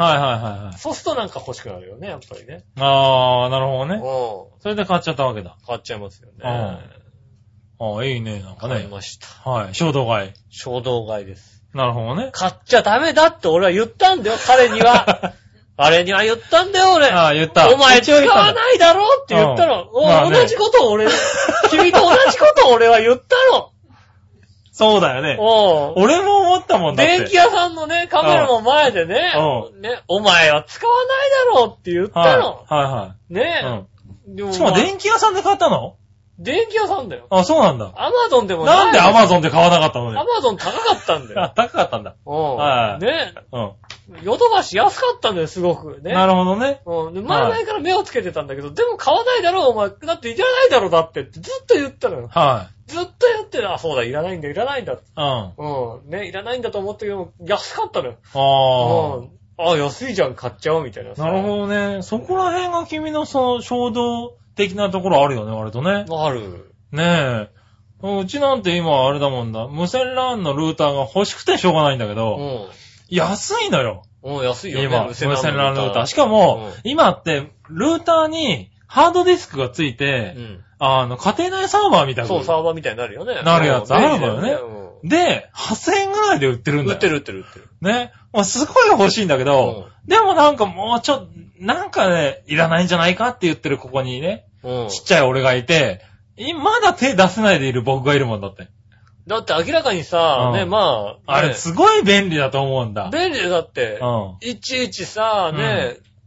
そうするとなんか欲しくなるよね、やっぱりね。 ああ、なるほどね。それで買っちゃったわけだ。 買っちゃいますよね。 いいね、なんかね。 買いました。 はい。衝動買い。 衝動買いです。 なるほどね。 買っちゃダメだって俺は言ったんだよ、彼には。彼には言ったんだよ、俺。 言った。 お前使わないだろって言ったの。同じことを君と同じことを俺は言ったの。 そうだよね。俺も思ったもんだって。 電気屋さんのね、カメラの前でね、お前は使わないだろって言ったの。ねえ。しかも電気屋さんで買ったの？ 電気屋さんだよ。 あ、そうなんだ。 アマゾンでもなんでアマゾンで買わなかったのね。 アマゾン高かったんだよ。 高かったんだ。 ねヨドバシ安かったんだよ、すごく。ね。 なるほどね。 前から目をつけてたんだけど、でも買わないだろ、お前。だっていらないだろ、だってずっと言ったのよ。ずっと言ってる。そうだ、いらないんだ、いらないんだ。ね、いらないんだと思ったけど、安かったのよ。安いじゃん、買っちゃおう、みたいな。 なるほどね。そこら辺が君の衝動的なところあるよね、割とね。 ある。 ねえ。うちなんて今あれだもんだ。無線 LAN のルーターが欲しくてしょうがないんだけど、安いのよ。 安いよね。 今、無線 LAN ルーター。しかも、今って、ルーターにハードディスクがついて、家庭内サーバーみたいな。 そう、サーバーみたいになるよね。 なるやつあるのよね。で、8000円ぐらいで売ってるんだよ。 売ってる。 ね。すごい欲しいんだけど、でもなんかもうちょっと、なんかね、いらないんじゃないかって言ってるここにね、ちっちゃい俺がいて、まだ手出せないでいる僕がいるもんだって。 だって明らかにさ、ね、 あれすごい便利だと思うんだ。 便利だって、いちいちさ、ね、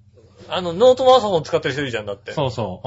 ノートパソコン使ってる人いるじゃんだって。 そうそう。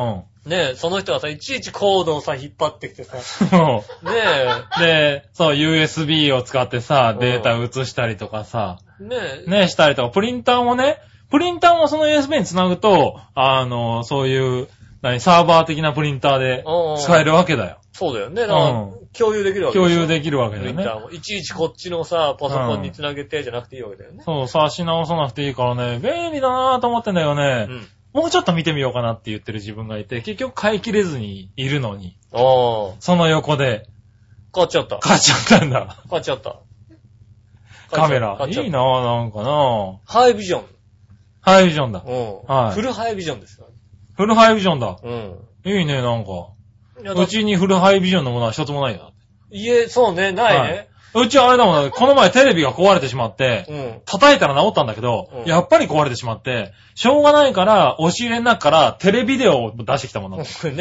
ねえ、その人はさ、いちいちコードをさ、引っ張ってきてさ。 そう。ねえ。で、そう、USB を使ってさ、データ移したりとかさ。ねえ、したりとか、プリンターもその USB につなぐと、そういう、サーバー的なプリンターで使えるわけだよ。 そうだよね。だから共有できるわけだよね。 共有できるわけだよね。プリンターも。 いちいちこっちのさ、パソコンにつなげてじゃなくていいわけだよね。 そう、差し直さなくていいからね、便利だなぁと思ってんだよね。もうちょっと見てみようかなって言ってる自分がいて、結局買い切れずにいるのに。その横で。 買っちゃった。 買っちゃったんだ。 買っちゃった。 カメラ。いいなぁ、なんかなぁ。 ハイビジョン。 ハイビジョンだ。 はい。フルハイビジョンですよ。 フルハイビジョンだ。いいね、なんか。うちにフルハイビジョンのものは一つもないな。 そうね、ないね。 うちはあれだもんね、この前テレビが壊れてしまって、叩いたら治ったんだけど、やっぱり壊れてしまって、しょうがないから、押し入れの中からテレビデオを出してきたもの。 ね、こ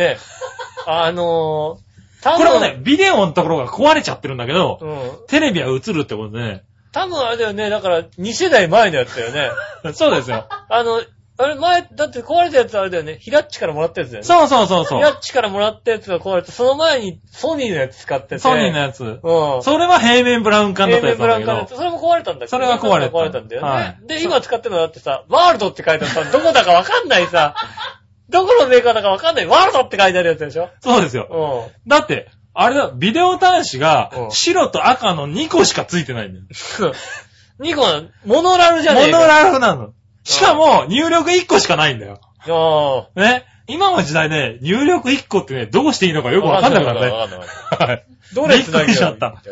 れもね、ビデオのところが壊れちゃってるんだけど、テレビは映るってことでね。 多分あれだよね、だから2世代前のやつだよね。 そうですよ。 あれ前、だって壊れたやつあれだよね。ヒラッチからもらったやつだよね。 そう。 ヒラッチからもらったやつが壊れて、その前にソニーのやつ使ってて。 ソニーのやつ。それは平面ブラウン管だったやつなんだけど。平面ブラウン管だった。 それも壊れたんだけど。 それは壊れたんだよね。で、今使ってるのだってさ、ワールドって書いてあるさ、どこだかわかんないさ、どこのメーカーだかわかんない、ワールドって書いてあるやつでしょ。 そうですよ。だって、あれだ、ビデオ端子が白と赤の2個しかついてないんだよ。 2個モノラルじゃねえか。 モノラルなの。しかも、入力1個しかないんだよ。ね。今の時代ね、入力1個ってね、どうしていいのかよくわかんなくなるね。 はい。どれ繋げようった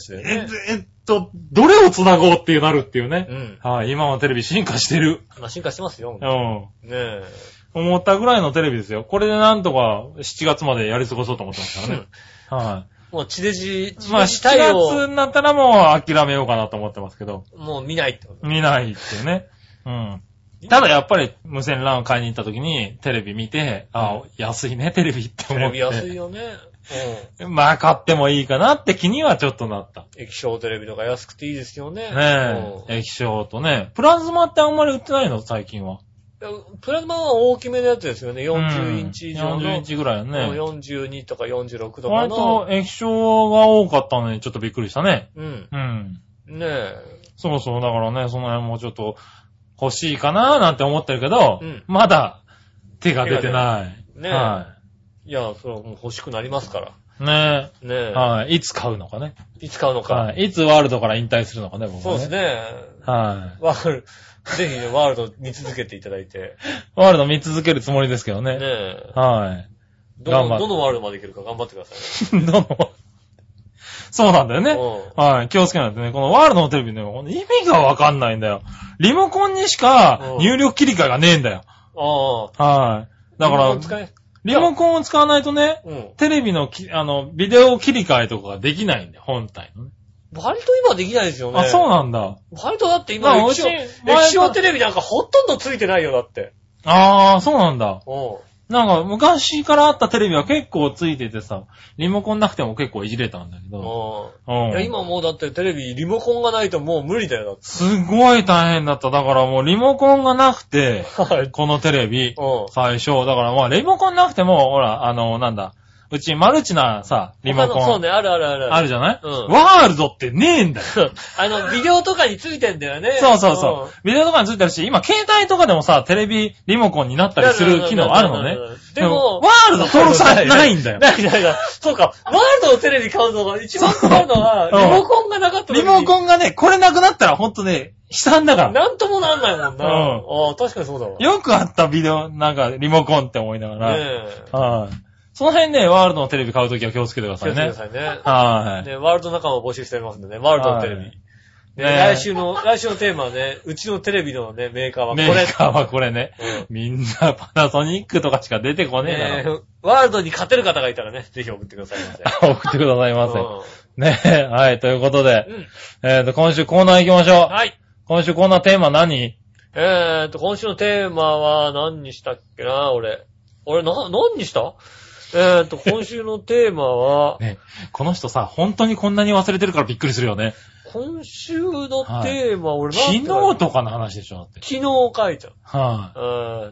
どれを繋ごうってなるっていうね。はい。今のテレビ進化してる。 進化してますよ。 ねえ。思ったぐらいのテレビですよ。これでなんとか7月までやり過ごそうと思ってますからね。はい。 もう地デジ 7月になったらもう諦めようかなと思ってますけど。 もう見ないってこと。 見ないっていうね。ただやっぱり無線 LAN を買いに行った時にテレビ見て、安いね、テレビって思って。 テレビ安いよね。 まあ買ってもいいかなって気にはちょっとなった。 液晶テレビとか安くていいですよね。 ねえ。液晶とね。プラズマってあんまり売ってないの最近は。 プラズマは大きめのやつですよね。40インチ以上の。 40インチぐらいよね。 42とか46とかの。 割と液晶が多かったのにちょっとびっくりしたね。 ねえ。 そうそう。だからね、その辺もちょっと欲しいかなーなんて思ってるけど、まだ手が出てない。 ねえ。はい。いや、それはもう欲しくなりますから。 ねえ。ねえ。はい。いつ買うのかね。 いつ買うのか。 はい。いつワールドから引退するのかね、僕はね。 そうですね。 はい。 ぜひね、ワールド見続けていただいて。 ワールド見続けるつもりですけどね。 ねえ。 はい。 どのワールドまでいけるか頑張ってください。 そうなんだよね。はい。気をつけないとね。このワールドのテレビね、意味がわかんないんだよ。リモコンにしか入力切り替えがねえんだよ。はい。だから、リモコンを使わないとね、テレビのビデオ切り替えとかができないんだよ、本体のね。 割と今できないですよね。 あ、そうなんだ。 割とだって今、液晶テレビなんかほとんどついてないよ、だって。 ああ、そうなんだ。なんか昔からあったテレビは結構ついててさ、リモコンなくても結構いじれたんだけど。 いや今もうだってテレビリモコンがないともう無理だよ、だって。 すごい大変だった。だからもうリモコンがなくて、このテレビ、最初。だからまあリモコンなくても、ほら、なんだ。うちマルチなさ、リモコン。 そうね、ある。 あるじゃない？ワールドってねえんだよ。 ビデオとかについてんだよね。 そう。ビデオとかについてるし、今携帯とかでもさ、テレビリモコンになったりする機能あるのね。でも、ワールド登録されてないんだよ。 そうか、ワールドのテレビ買うのが一番困るのは、リモコンがなかった時に。 リモコンがね、これなくなったらほんとね、悲惨だから。 なんともなんないもんな。ああ、確かにそうだわ。 よくあったビデオ、なんかリモコンって思いながら。はい。その辺ね、ワールドのテレビ買うときは気をつけてくださいね。 気をつけてくださいね。 はい。 ね、ワールド仲間を募集しておりますんでね、ワールドのテレビ。来週のテーマはね、うちのテレビのね、メーカーはこれ。 メーカーはこれね。みんなパナソニックとかしか出てこねえだろ。ワールドに勝てる方がいたらね、ぜひ送ってくださいませ。 送ってくださいませ。ねはい、ということで。今週コーナー行きましょう。 はい。 今週コーナーテーマ何？ 今週のテーマは何にしたっけな、俺何にした？今週のテーマは、 ね、この人さ、本当にこんなに忘れてるからびっくりするよね。 今週のテーマ、俺昨日とかの話でしょだって。 昨日書いちゃう。 はい。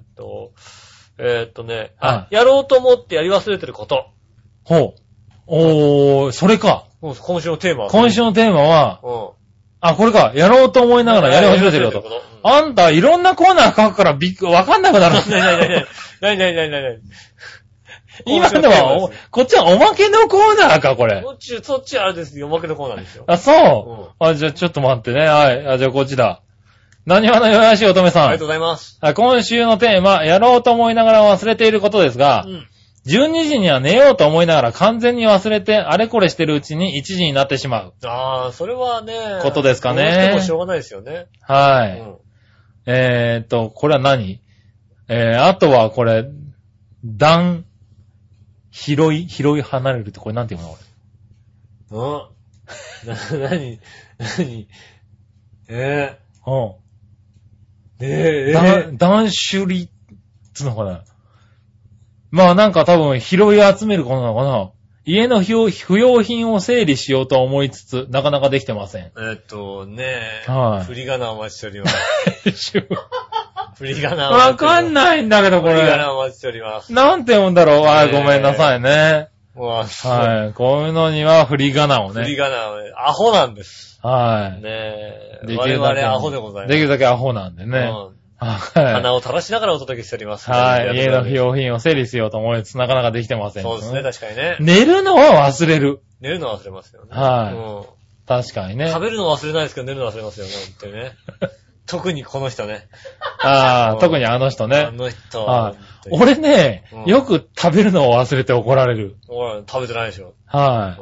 やろうと思ってやり忘れてること。 ほう。それか。 今週のテーマは。 今週のテーマは、これか。やろうと思いながらやり忘れてるよと。あんた、いろんなコーナー書くからわかんなくなる。 なに。 今のは、こっちはおまけのコーナーか、これ。 そっちあれですよ。おまけのコーナーですよ。 あ、そう。じゃあちょっと待ってね。はい。じゃあこっちだ。何話のよやしおとめさん。 ありがとうございます。 今週のテーマ、やろうと思いながら忘れていることですが、12時には寝ようと思いながら完全に忘れて、あれこれしてるうちに1時になってしまう。 それはね。 ことですかね。 どうしてもしょうがないですよね。 はい。これは何？あとはこれ、広い離れるってこれなんて言うの何断捨離つのかな。まあなんか多分拾い集めることなのかな。家の不要品を整理しようと思いつつ、なかなかできてません。 振り仮名をお待ちしております。振り仮名わかんないんだけど、これ。 振り仮名をお待ちしております。 なんて読んだろう。ごめんなさいね。はい。こういうのには振り仮名をね。 振り仮名をね。アホなんです。 はい。 我々アホでございます。 できるだけアホなんでね。 鼻を垂らしながらお届けしております。 はい。家の不要品を整理しようと思いつつ、なかなかできてません。 そうですね、確かにね。 寝るのは忘れる。 寝るのは忘れますよね。 はい。確かにね。 食べるのは忘れないですけど、寝るのは忘れますよね、本当にね。特にこの人ね。 特にあの人ね。 あの人。 俺ね、よく食べるのを忘れて怒られる。 食べてないでしょ。 はい。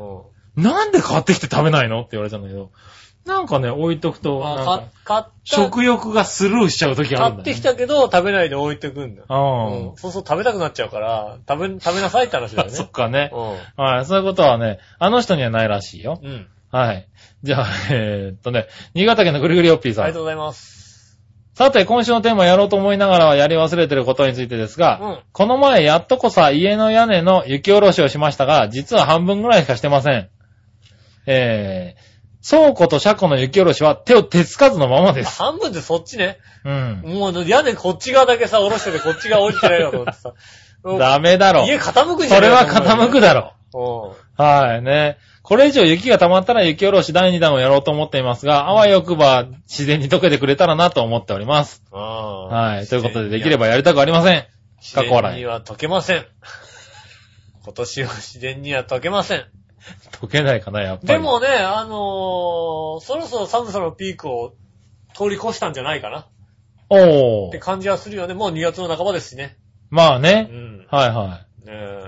なんで買ってきて食べないのって言われたんだけど。なんかね、置いとくと、食欲がスルーしちゃう時あるんだ、ね。 買ってきたけど、食べないで置いてくんだ。そう食べたくなっちゃうから、食べなさいって話だよね。 そっかね。はい、そういうことはね、あの人にはないらしいよ。はい。じゃあ、新潟県のぐりぐりおっぴーさん。 ありがとうございます。 さて、今週のテーマやろうと思いながらやり忘れてることについてですが、この前やっとこさ家の屋根の雪下ろしをしましたが、実は半分ぐらいしかしてません。倉庫と車庫の雪下ろしは手つかずのままです。 半分でそっちね。もう屋根こっち側だけさ、下ろしててこっち側降りてないのと思ってさ。 ダメだろ。 家傾くんじゃないそれは傾くだろ。はいね。これ以上雪が溜まったら雪下ろし第2弾をやろうと思っていますが、あわよくば自然に溶けてくれたらなと思っております。はい。ということでできればやりたくありません。 自然には溶けません。今年は自然には溶けません。 溶けないかな、やっぱり。 でもね、そろそろ寒さのピークを通り越したんじゃないかな。って感じはするよね。もう2月の半ばですしね。 まあね。はいはい。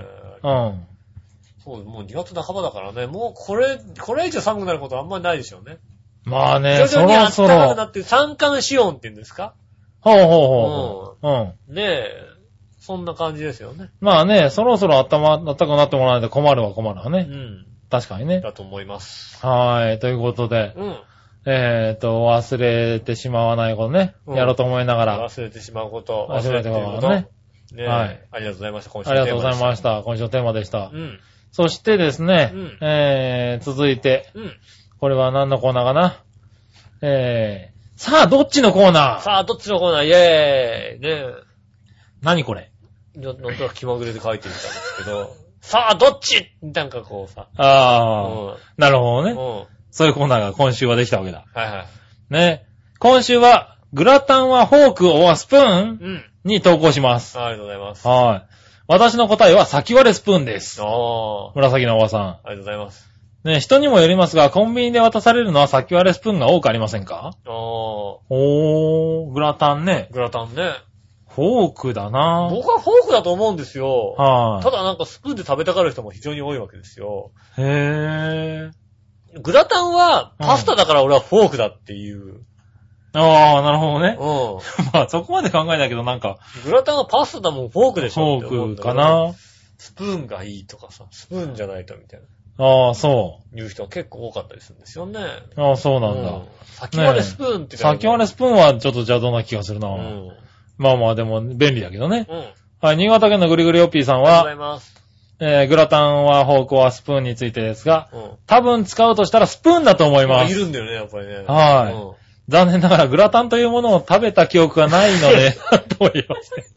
そう、もう2月半ばだからね。もうこれ以上寒くなることはあんまりないでしょうね。 まあね、 徐々に暖かくなって三寒四温って言うんですか？ ほう。 ねえ。そんな感じですよね。 まあね、そろそろ暖かくなってもらわないと困るわね。確かにね。 だと思います。 はい。ということで。忘れてしまわないことね。やろうと思いながら。 忘れてしまうこと。 忘れてしまうことね。 はい。ありがとうございました。今週のテーマでした。 ありがとうございました。今週のテーマでした。そしてですね、続いて。これは何のコーナーかな。さあ、どっちのコーナー？ さあ、どっちのコーナー？イェーイ。ねえ。 何これ？ なんとなく気まぐれで書いてみたんですけど、さあ、どっちなんかこうさ。 なるほどね。そういうコーナーが今週はできたわけだ。 はいはい。 ね。今週は、グラタンはフォークorスプーンに投稿します。 ありがとうございます。 はい。私の答えは先割れスプーンです。紫のおばさん。 ありがとうございます。 ね、人にもよりますが、コンビニで渡されるのは先割れスプーンが多くありませんか？グラタンね。 グラタンね。 フォークだな。 僕はフォークだと思うんですよ。 はい。 ただなんかスプーンで食べたがる人も非常に多いわけですよ。 へー。グラタンはパスタだから俺はフォークだっていう。 なるほどね。まあそこまで考えないけどなんか。 グラタンはパスタだもんフォークでしょ。 フォークかな。 スプーンがいいとかさ、スプーンじゃないとみたいな。 そう。 いう人は結構多かったりするんですよね。 そうなんだ。 先割れスプーンって先割れスプーンはちょっと邪道な気がするな。まあまあでも便利だけどね。はい、新潟県のぐりぐりおっぴーさんは、 ありがとうございます。 グラタンはフォークはスプーンについてですが、多分使うとしたらスプーンだと思います。 いるんだよね、やっぱりね。 はい。残念ながらグラタンというものを食べた記憶がないので、と思いますね。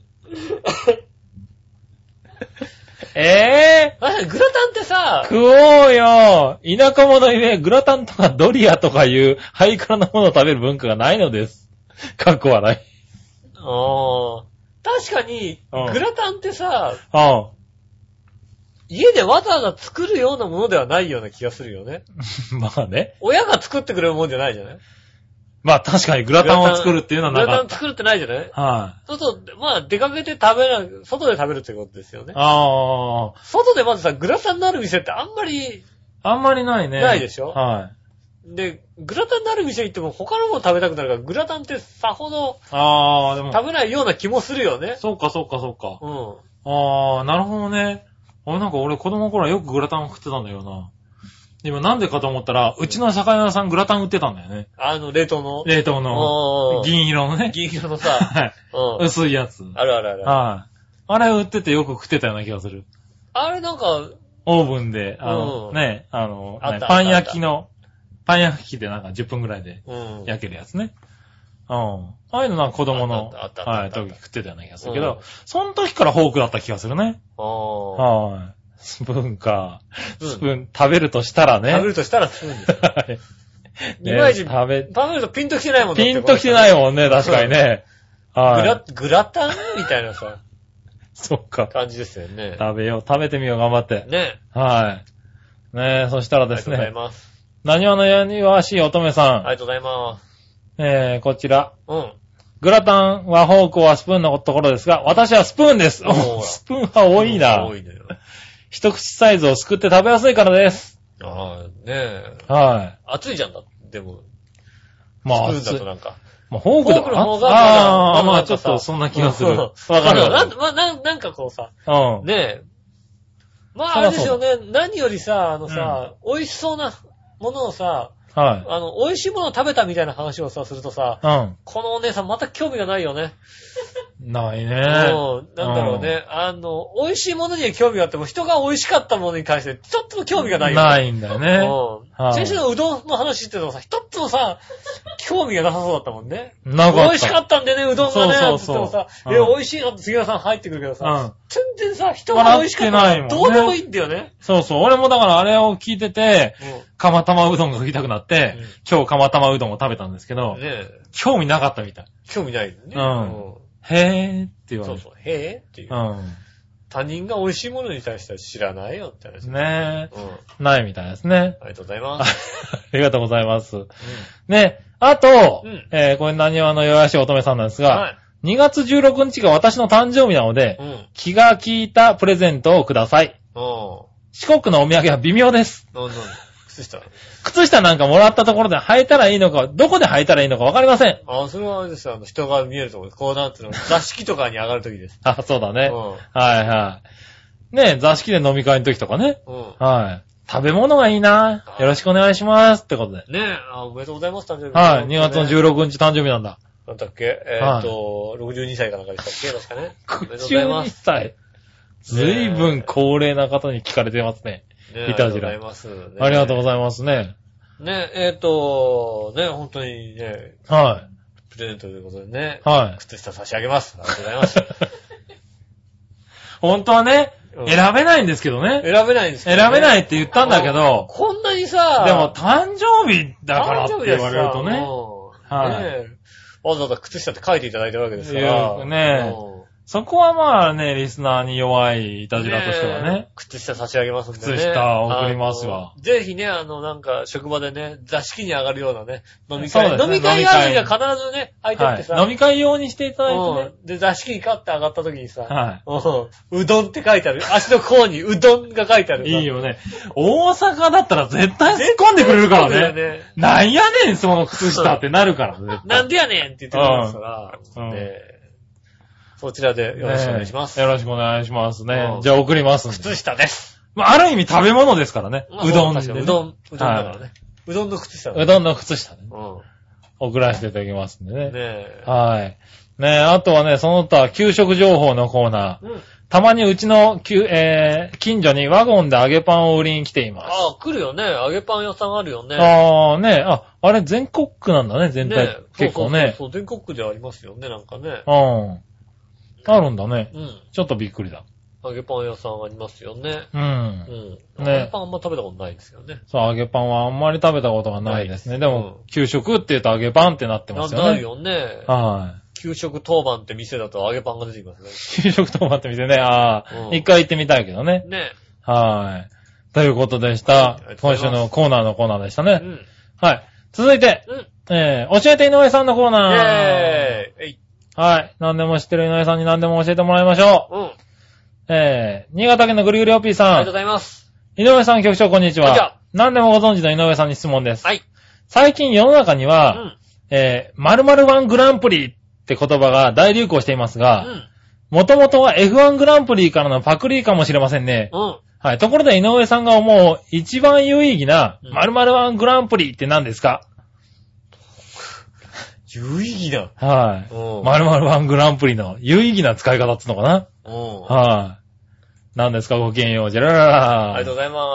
グラタンってさ、 食おうよ。田舎者ゆえ、グラタンとかドリアとかいうハイカラなものを食べる文化がないのです。かっこ笑い。 確かに、グラタンってさ、家でわざわざ作るようなものではないような気がするよね。 まあね。 親が作ってくれるもんじゃないじゃない？ まあ確かにグラタンを作るっていうのはなかった。 グラタン作るってないじゃない？ はい。 そうまあ出かけて外で食べるってことですよね。 外でまずさ、グラタンのある店ってあんまりないね。 ないでしょ？ はい。 で、グラタンのある店行っても他のもの食べたくなるから、グラタンってさほどでも食べないような気もするよね。 そうか。なるほどね。俺子供の頃はよくグラタンを食ってたんだよな。今なんでかと思ったら、うちの魚屋さんグラタン売ってたんだよね。 冷凍の銀色のね。 銀色のさ、 はい。薄いやつ。 ある。 はい。あれ売っててよく食ってたような気がする。 あれなんか、 オーブンで、パン焼きでなんか10分ぐらいで焼けるやつね。ああいうのなんか子供の、時食ってたような気がするけど、その時からフォークだった気がするね。はい。スプーンか。スプーン、食べるとしたらね。 食べるとしたらスプーンです。はい。いまいち、食べるとピンときてないもんね。 ピンときてないもんね、確かにね。 はい。グラタンみたいなさ。 そっか。 感じですよね。 食べてみよう、頑張って。 ね。 はい。ねそしたらですね。 ありがとうございます。 何話のやにわしい乙女さん。 ありがとうございます。 こちら。グラタンはフォークはスプーンのところですが、私はスプーンです。スプーンは多いな。多いのよ。一口サイズをすくって食べやすいからです。 ねえ。 はい。 熱いじゃんだ。でも。 まあ、 スプーンだとなんか。 まあ、フォークの方が、まあちょっとそんな気がする。わかる。 なんかこうさ。ねえ。まああれですよね。何よりさ、美味しそうなものをさ、はい。美味しいものを食べたみたいな話をさ、するとさ、このお姉さんまた興味がないよね。 ないね。 なんだろうね。美味しいものには興味があっても、人が美味しかったものに関して、ちょっと興味がないよね。 ないんだよね。 先週のうどんの話ってのはさ、一つもさ、興味がなさそうだったもんね。 なかった。 美味しかったんでね、うどんがね。そうそうそう。さ、美味しいなって杉浦さん入ってくるけどさ、全然さ、人が美味しかったらどうでもいいんだよね。 そうそう。俺もだからあれを聞いてて、釜玉うどんが食いたくなって、今日釜玉うどんを食べたんですけど、興味なかったみたい。 興味ないね。 へぇーって言われる。 そうそう、へぇーっていう。他人が美味しいものに対しては知らないよって話。 ねえ。ないみたいですね。 ありがとうございます。 ありがとうございます。ね、あと、これ何話の弱し乙女さんなんですが、2月16日が私の誕生日なので、気が利いたプレゼントをください。四国のお土産は微妙です。靴下なんかもらったところで履いたらいいのか、どこで履いたらいいのかわかりません。 それはあれですよ。人が見えるところです。こうなってるの。座敷とかに上がるときです。 そうだね。はいはい。ね座敷で飲み会の時とかね。はい。食べ物がいいな。よろしくお願いします。ってことで。 ねおめでとうございます、誕生日。 はい。2月の16日誕生日なんだ。 なんだっけ62歳かなんかでしたっけ確かね。 62歳。ずいぶん高齢な方に聞かれてますね。いたじら。ありがとうございます。ありがとうございますね。 本当にね。はい。プレゼントということでね。はい。靴下差し上げます。ありがとうございます。 本当はね、選べないんですけどね。 選べないんですけどね。選べないって言ったんだけど。 こんなにさ。 でも誕生日だからって言われるとね。 はい。わざわざ靴下って書いていただいてるわけですから。 ねえ。そこはまあね、リスナーに弱いいたじらとしてはね。 靴下差し上げますんでね。 靴下送りますわ。 ぜひね、なんか、職場でね、座敷に上がるようなね、飲み会。飲み会があるには必ずね、空いてってさ。 飲み会用にしていただいてね。 で、座敷に勝って上がった時にさ、うどんって書いてある。足の甲にうどんが書いてある。 いいよね。大阪だったら絶対突っ込んでくれるからね。なんやねん、その靴下ってなるからね。 なんでやねんって言ってくれますから。そちらでよろしくお願いします。 よろしくお願いしますね。じゃあ送りますんで。 靴下です。 まあ、ある意味食べ物ですからね。うどんで。 うどんだからね。うどんの靴下。 うどんの靴下ね。送らせていただきますんでね。はい。ねあとはね、その他、給食情報のコーナー。 たまにうちの、近所にワゴンで揚げパンを売りに来ています。 ああ、来るよね。揚げパン屋さんあるよね。 ああ、ね。あれ全国区なんだね、全体。ね、結構ね。 そう、全国区でありますよね、なんかね。 あるんだね。 うん。 ちょっとびっくりだ。 揚げパン屋さんありますよね。 うん。 揚げパンあんま食べたことないですよね。 そう、揚げパンはあんまり食べたことがないですね。でも、給食って言うと揚げパンってなってますよね。 なるよね。 はい。 給食当番って店だと揚げパンが出てきますね。 給食当番って店ね。一回行ってみたいけどね。 ね。 はい。ということでした。今週のコーナーでしたね。はい。続いて、教えて井上さんのコーナー。はい。何でも知ってる井上さんに何でも教えてもらいましょう。新潟県のぐりぐりおっぴーさん。 ありがとうございます。 井上さん局長こんにちは。何でもご存知の井上さんに質問です。 はい。 最近世の中には、〇〇1グランプリって言葉が大流行していますが、もともとは F1 グランプリからのパクリかもしれませんね。はい。ところで井上さんが思う一番有意義な〇〇1グランプリって何ですか？ 有意義だ。 はい。〇〇1グランプリの有意義な使い方っていうのかな？はい。何ですかごきげんよう。じゃららら。 ありがとうございます。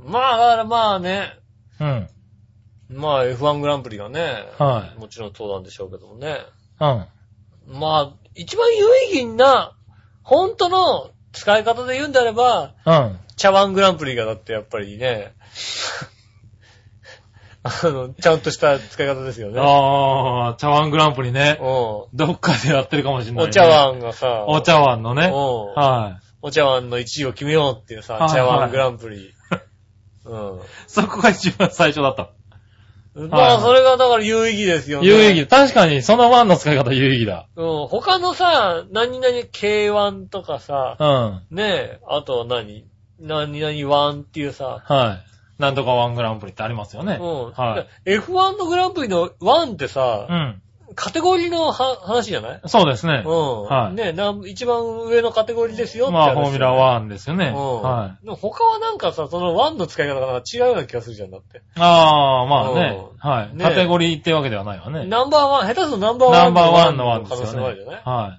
まあね。まあ F1 グランプリがね。はい。もちろんそうなんでしょうけどもね。まあ、一番有意義な、本当の使い方で言うんであれば、茶碗グランプリがだってやっぱりね、ちゃんとした使い方ですよね。 茶碗グランプリね。どっかでやってるかもしれない、ね。 お茶碗がさ、 お茶碗のね。 はい。お茶碗の1位を決めようっていうさ、茶碗グランプリ。 そこが一番最初だった。 まあ、それがだから有意義ですよね。 有意義。確かに、その1の使い方有意義だ。 他のさ、何々 K1 とかさ、ねえ、あと何々1っていうさ、 はい。なんとか1グランプリってありますよね。 はい。F1 のグランプリの1ってさ、カテゴリーの話じゃない？ そうですね。 はい。ね、一番上のカテゴリーですよってまあ、フォーミュラ1ですよね。はい。でも他はなんかさ、その1の使い方が違うような気がするじゃんだって。 まあね。はい。カテゴリーってわけではないわね。 ナンバー1、下手するとナンバー1。 ナンバー1の1 可能性もあるじゃない？ はい。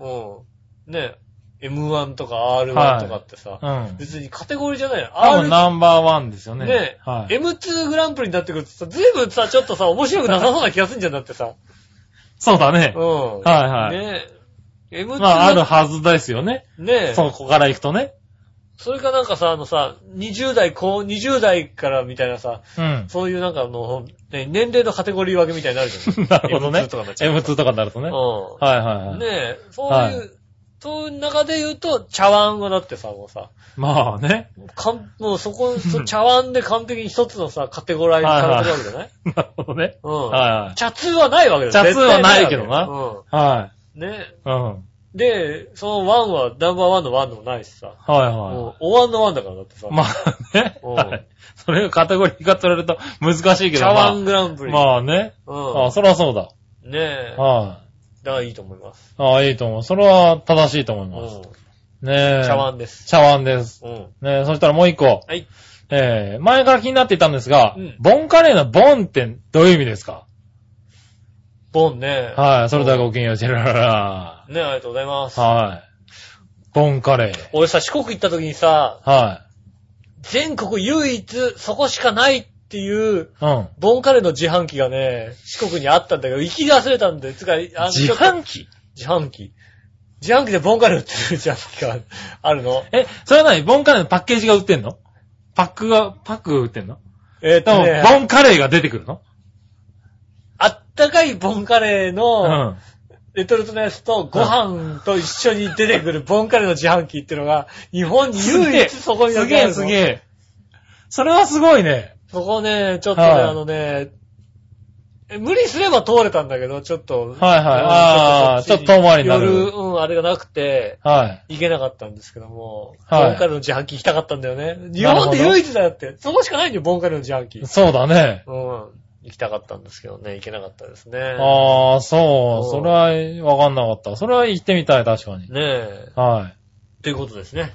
ね、M1 とか R1 とかってさ、別にカテゴリーじゃないよ。 多分ナンバー1ですよね。 ね、M2 グランプリになってくるとさ、ずいぶんさ、ちょっとさ、面白くなさそうな気がするんじゃんだってさ。 そうだね。はい。ねえ。まあ、あるはずですよね。ねえ。そこから行くとね。 それかなんかさ、20代からみたいなさ、そういうなんか年齢のカテゴリー分けみたいになるじゃん。 なるほどね。M2 とかになるとね。はい。 ねえ、そういう中で言うと、茶碗はだってさ、もうさ。 まあね。 もう茶碗で完璧に一つのさ、カテゴライズされてるわけじゃない？ なるほどね。 茶通はないわけだよ。茶通はないけどな。はい。 ね。で、その1はナンバー1の1でもないしさ。 はい。 お椀の1だからだってさ。 まあね。はい。それがカテゴリーが取れると難しいけど。 茶碗グランプリ。 まあね。そりゃそうだ。 ねえ。 はい。 だからいいと思います。 いいと思う。それは正しいと思います。ねえ。 茶碗です。 茶碗です。ねえ、そしたらもう一個。 はい。 前から気になっていたんですが、ボンカレーのボンってどういう意味ですか？ ボンね。 はい。それではごきげんよう。ジェラララ。 ねえ、ありがとうございます。 はい。ボンカレー。 俺さ、四国行った時にさ、 はい。 全国唯一そこしかないっていう、ボンカレーの自販機がね、四国にあったんだけど、行き忘れたんで、 自販機自販機でボンカレー売ってる自販機があるの。 それは何？ボンカレーのパッケージが売ってんの？パックが売ってんの？ボンカレーが出てくるの？ あったかいボンカレーの、レトルトのやつとご飯と一緒に出てくるボンカレーの自販機っていうのが、日本に唯一そこにだけあるの。 すげえ。それはすごいね。 そこね、ちょっとね、無理すれば通れたんだけど、ちょっと。 ちょっと遠回りになる。 夜、あれがなくて、行けなかったんですけども、ボンカレーの自販機行きたかったんだよね。日本で唯一だよって。そこしかないんだよ、ボンカレーの自販機。 そうだね。 行きたかったんですけどね、行けなかったですね。 そう。それはわかんなかった。それは行ってみたい、確かに。 ねえ。 はい。 ということですね。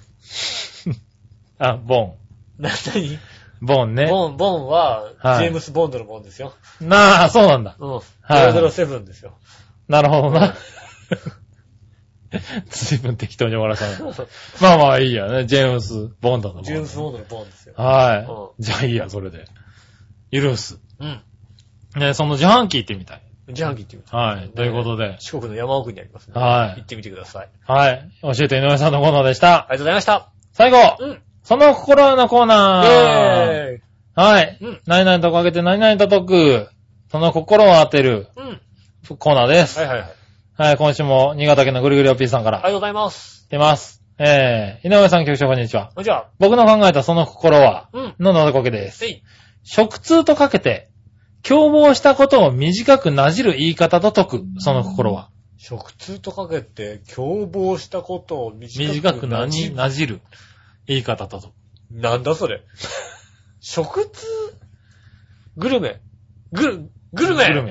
ボン。 何？ ボンね。 ボンは、ジェームス・ボンドのボンですよ。 そうなんだ。 007ですよ。 なるほどな。 随分適当に終わらせた。まあまあいいやね。ジェームス・ボンドの。 ジェームス・ボンドのボンですよ。 はい。じゃあいいや、それで。許す。 うん。 ね、その自販機行ってみたい。 自販機行ってみたい。 はい。ということで。 四国の山奥にありますね。 はい。 行ってみてください。 はい。教えて井上さんのコーナーでした。 ありがとうございました。 最後。うん。その心のコーナー。はい。 うん。 何々とかけて何々と解く。その心を当てる。 うん。 コーナーです。 はいはいはい。 はい、今週も新潟県のぐりぐりおっぴーさんから。 ありがとうございます。 出ます。井上さん局長こんにちは。 こんにちは。 僕の考えたその心は、 うん。 ののでこけです。食通とかけて、共謀したことを短くなじる言い方と解く、その心は。 食通とかけて、共謀したことを短くなじる言い方と解く。 なんだそれ。食通グルメ。グルメ。グルメ。 はい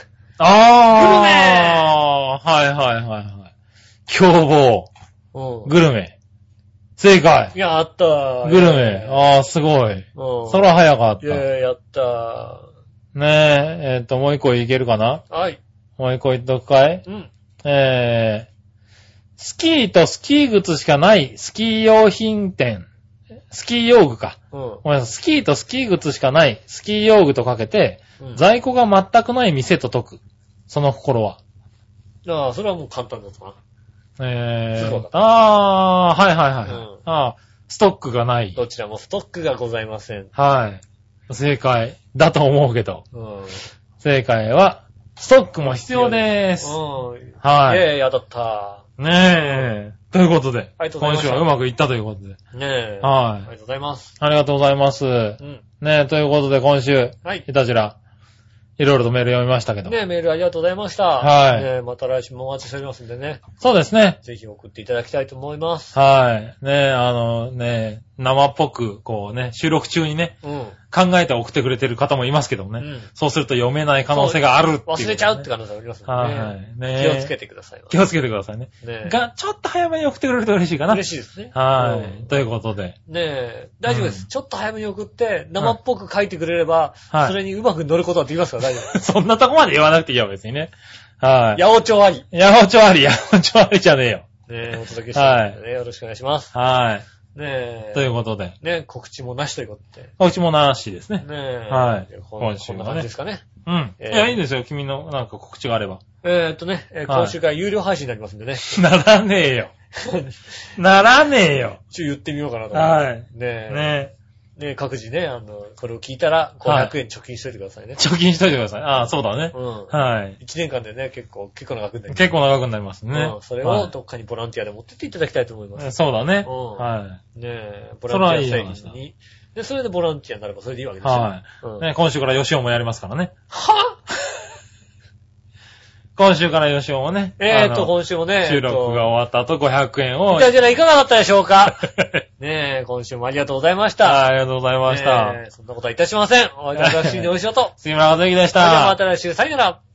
はいはいはい。共謀。グルメ。正解。 やったー。 グルメ。すごい。そら早かった。 やったー。 ねえ、もう一個いけるかな？ はい。 もう一個言っとくかい？ うん。 スキーとスキー靴しかないスキー用品店。スキー用具か。 うん。 ごめんなさい。スキーとスキー靴しかないスキー用具とかけて、在庫が全くない店と解く。その心は。 それはもう簡単だったな。 はいはいはい。ストックがない。 どちらもストックがございません。 はい。正解だと思うけど。 うん。 正解は、ストックも必要です。はい。 やだった。 ねえ。ということで、今週はうまくいったということで。 ねえ。 はい。ありがとうございます。 ありがとうございます。うん。ねえ、ということで今週、 はい。 いたじら、いろいろとメール読みましたけど。 ねえ、メールありがとうございました。 はい。 ねえ、また来週もお待ちしておりますんでね。 そうですね。 ぜひ送っていただきたいと思います。 はい。ねえ、生っぽく、こうね、収録中にね、考えて送ってくれてる方もいますけどもね。そうすると読めない可能性があるっていう。 忘れちゃうって可能性がありますのでね。はい。ね気をつけてください。 気をつけてくださいね。ねが、ちょっと早めに送ってくれると嬉しいかな。 嬉しいですね。 はい。ということで。 ねえ、大丈夫です。ちょっと早めに送って、生っぽく書いてくれれば、それにうまく乗ることはできますから大丈夫です。 そんなとこまで言わなくていいよ、別にね。はい。 八百長あり。 八百長あり、八百長ありじゃねえよ。 ねえ、お届けしてますのでね、よろしくお願いします。 はい。 ねえ。 ということで。 ね告知もなしということで。 告知もなしですね。 ねえ。 はい。 今週はね。ですかね。 うん。いや、いいんですよ。君のなんか告知があれば。 今週から有料配信になりますんでね。 ならねえよ。ならねえよ。 言ってみようかなと思って。はい。 ねえ。ね各自ね、これを聞いたら500円貯金しといてくださいね。 貯金しといてください。ああ、そうだね。はい。 1年間でね、結構長くなります。 結構長くなりますね。 それをどっかにボランティアで持ってっていただきたいと思います。 そうだね。はい。ねボランティア整理に。で、それでボランティアになればそれでいいわけですよ。 はい。ね今週から吉尾もやりますからね。は今週から吉尾もね。 今週もね。 収録が終わった後500円を。 いたじらいかがだったでしょうかね今週もありがとうございました。 ありがとうございました。 そんなことはいたしません。お会いいたしましょうと。 杉村和之でした。 それではまた来週、さよなら。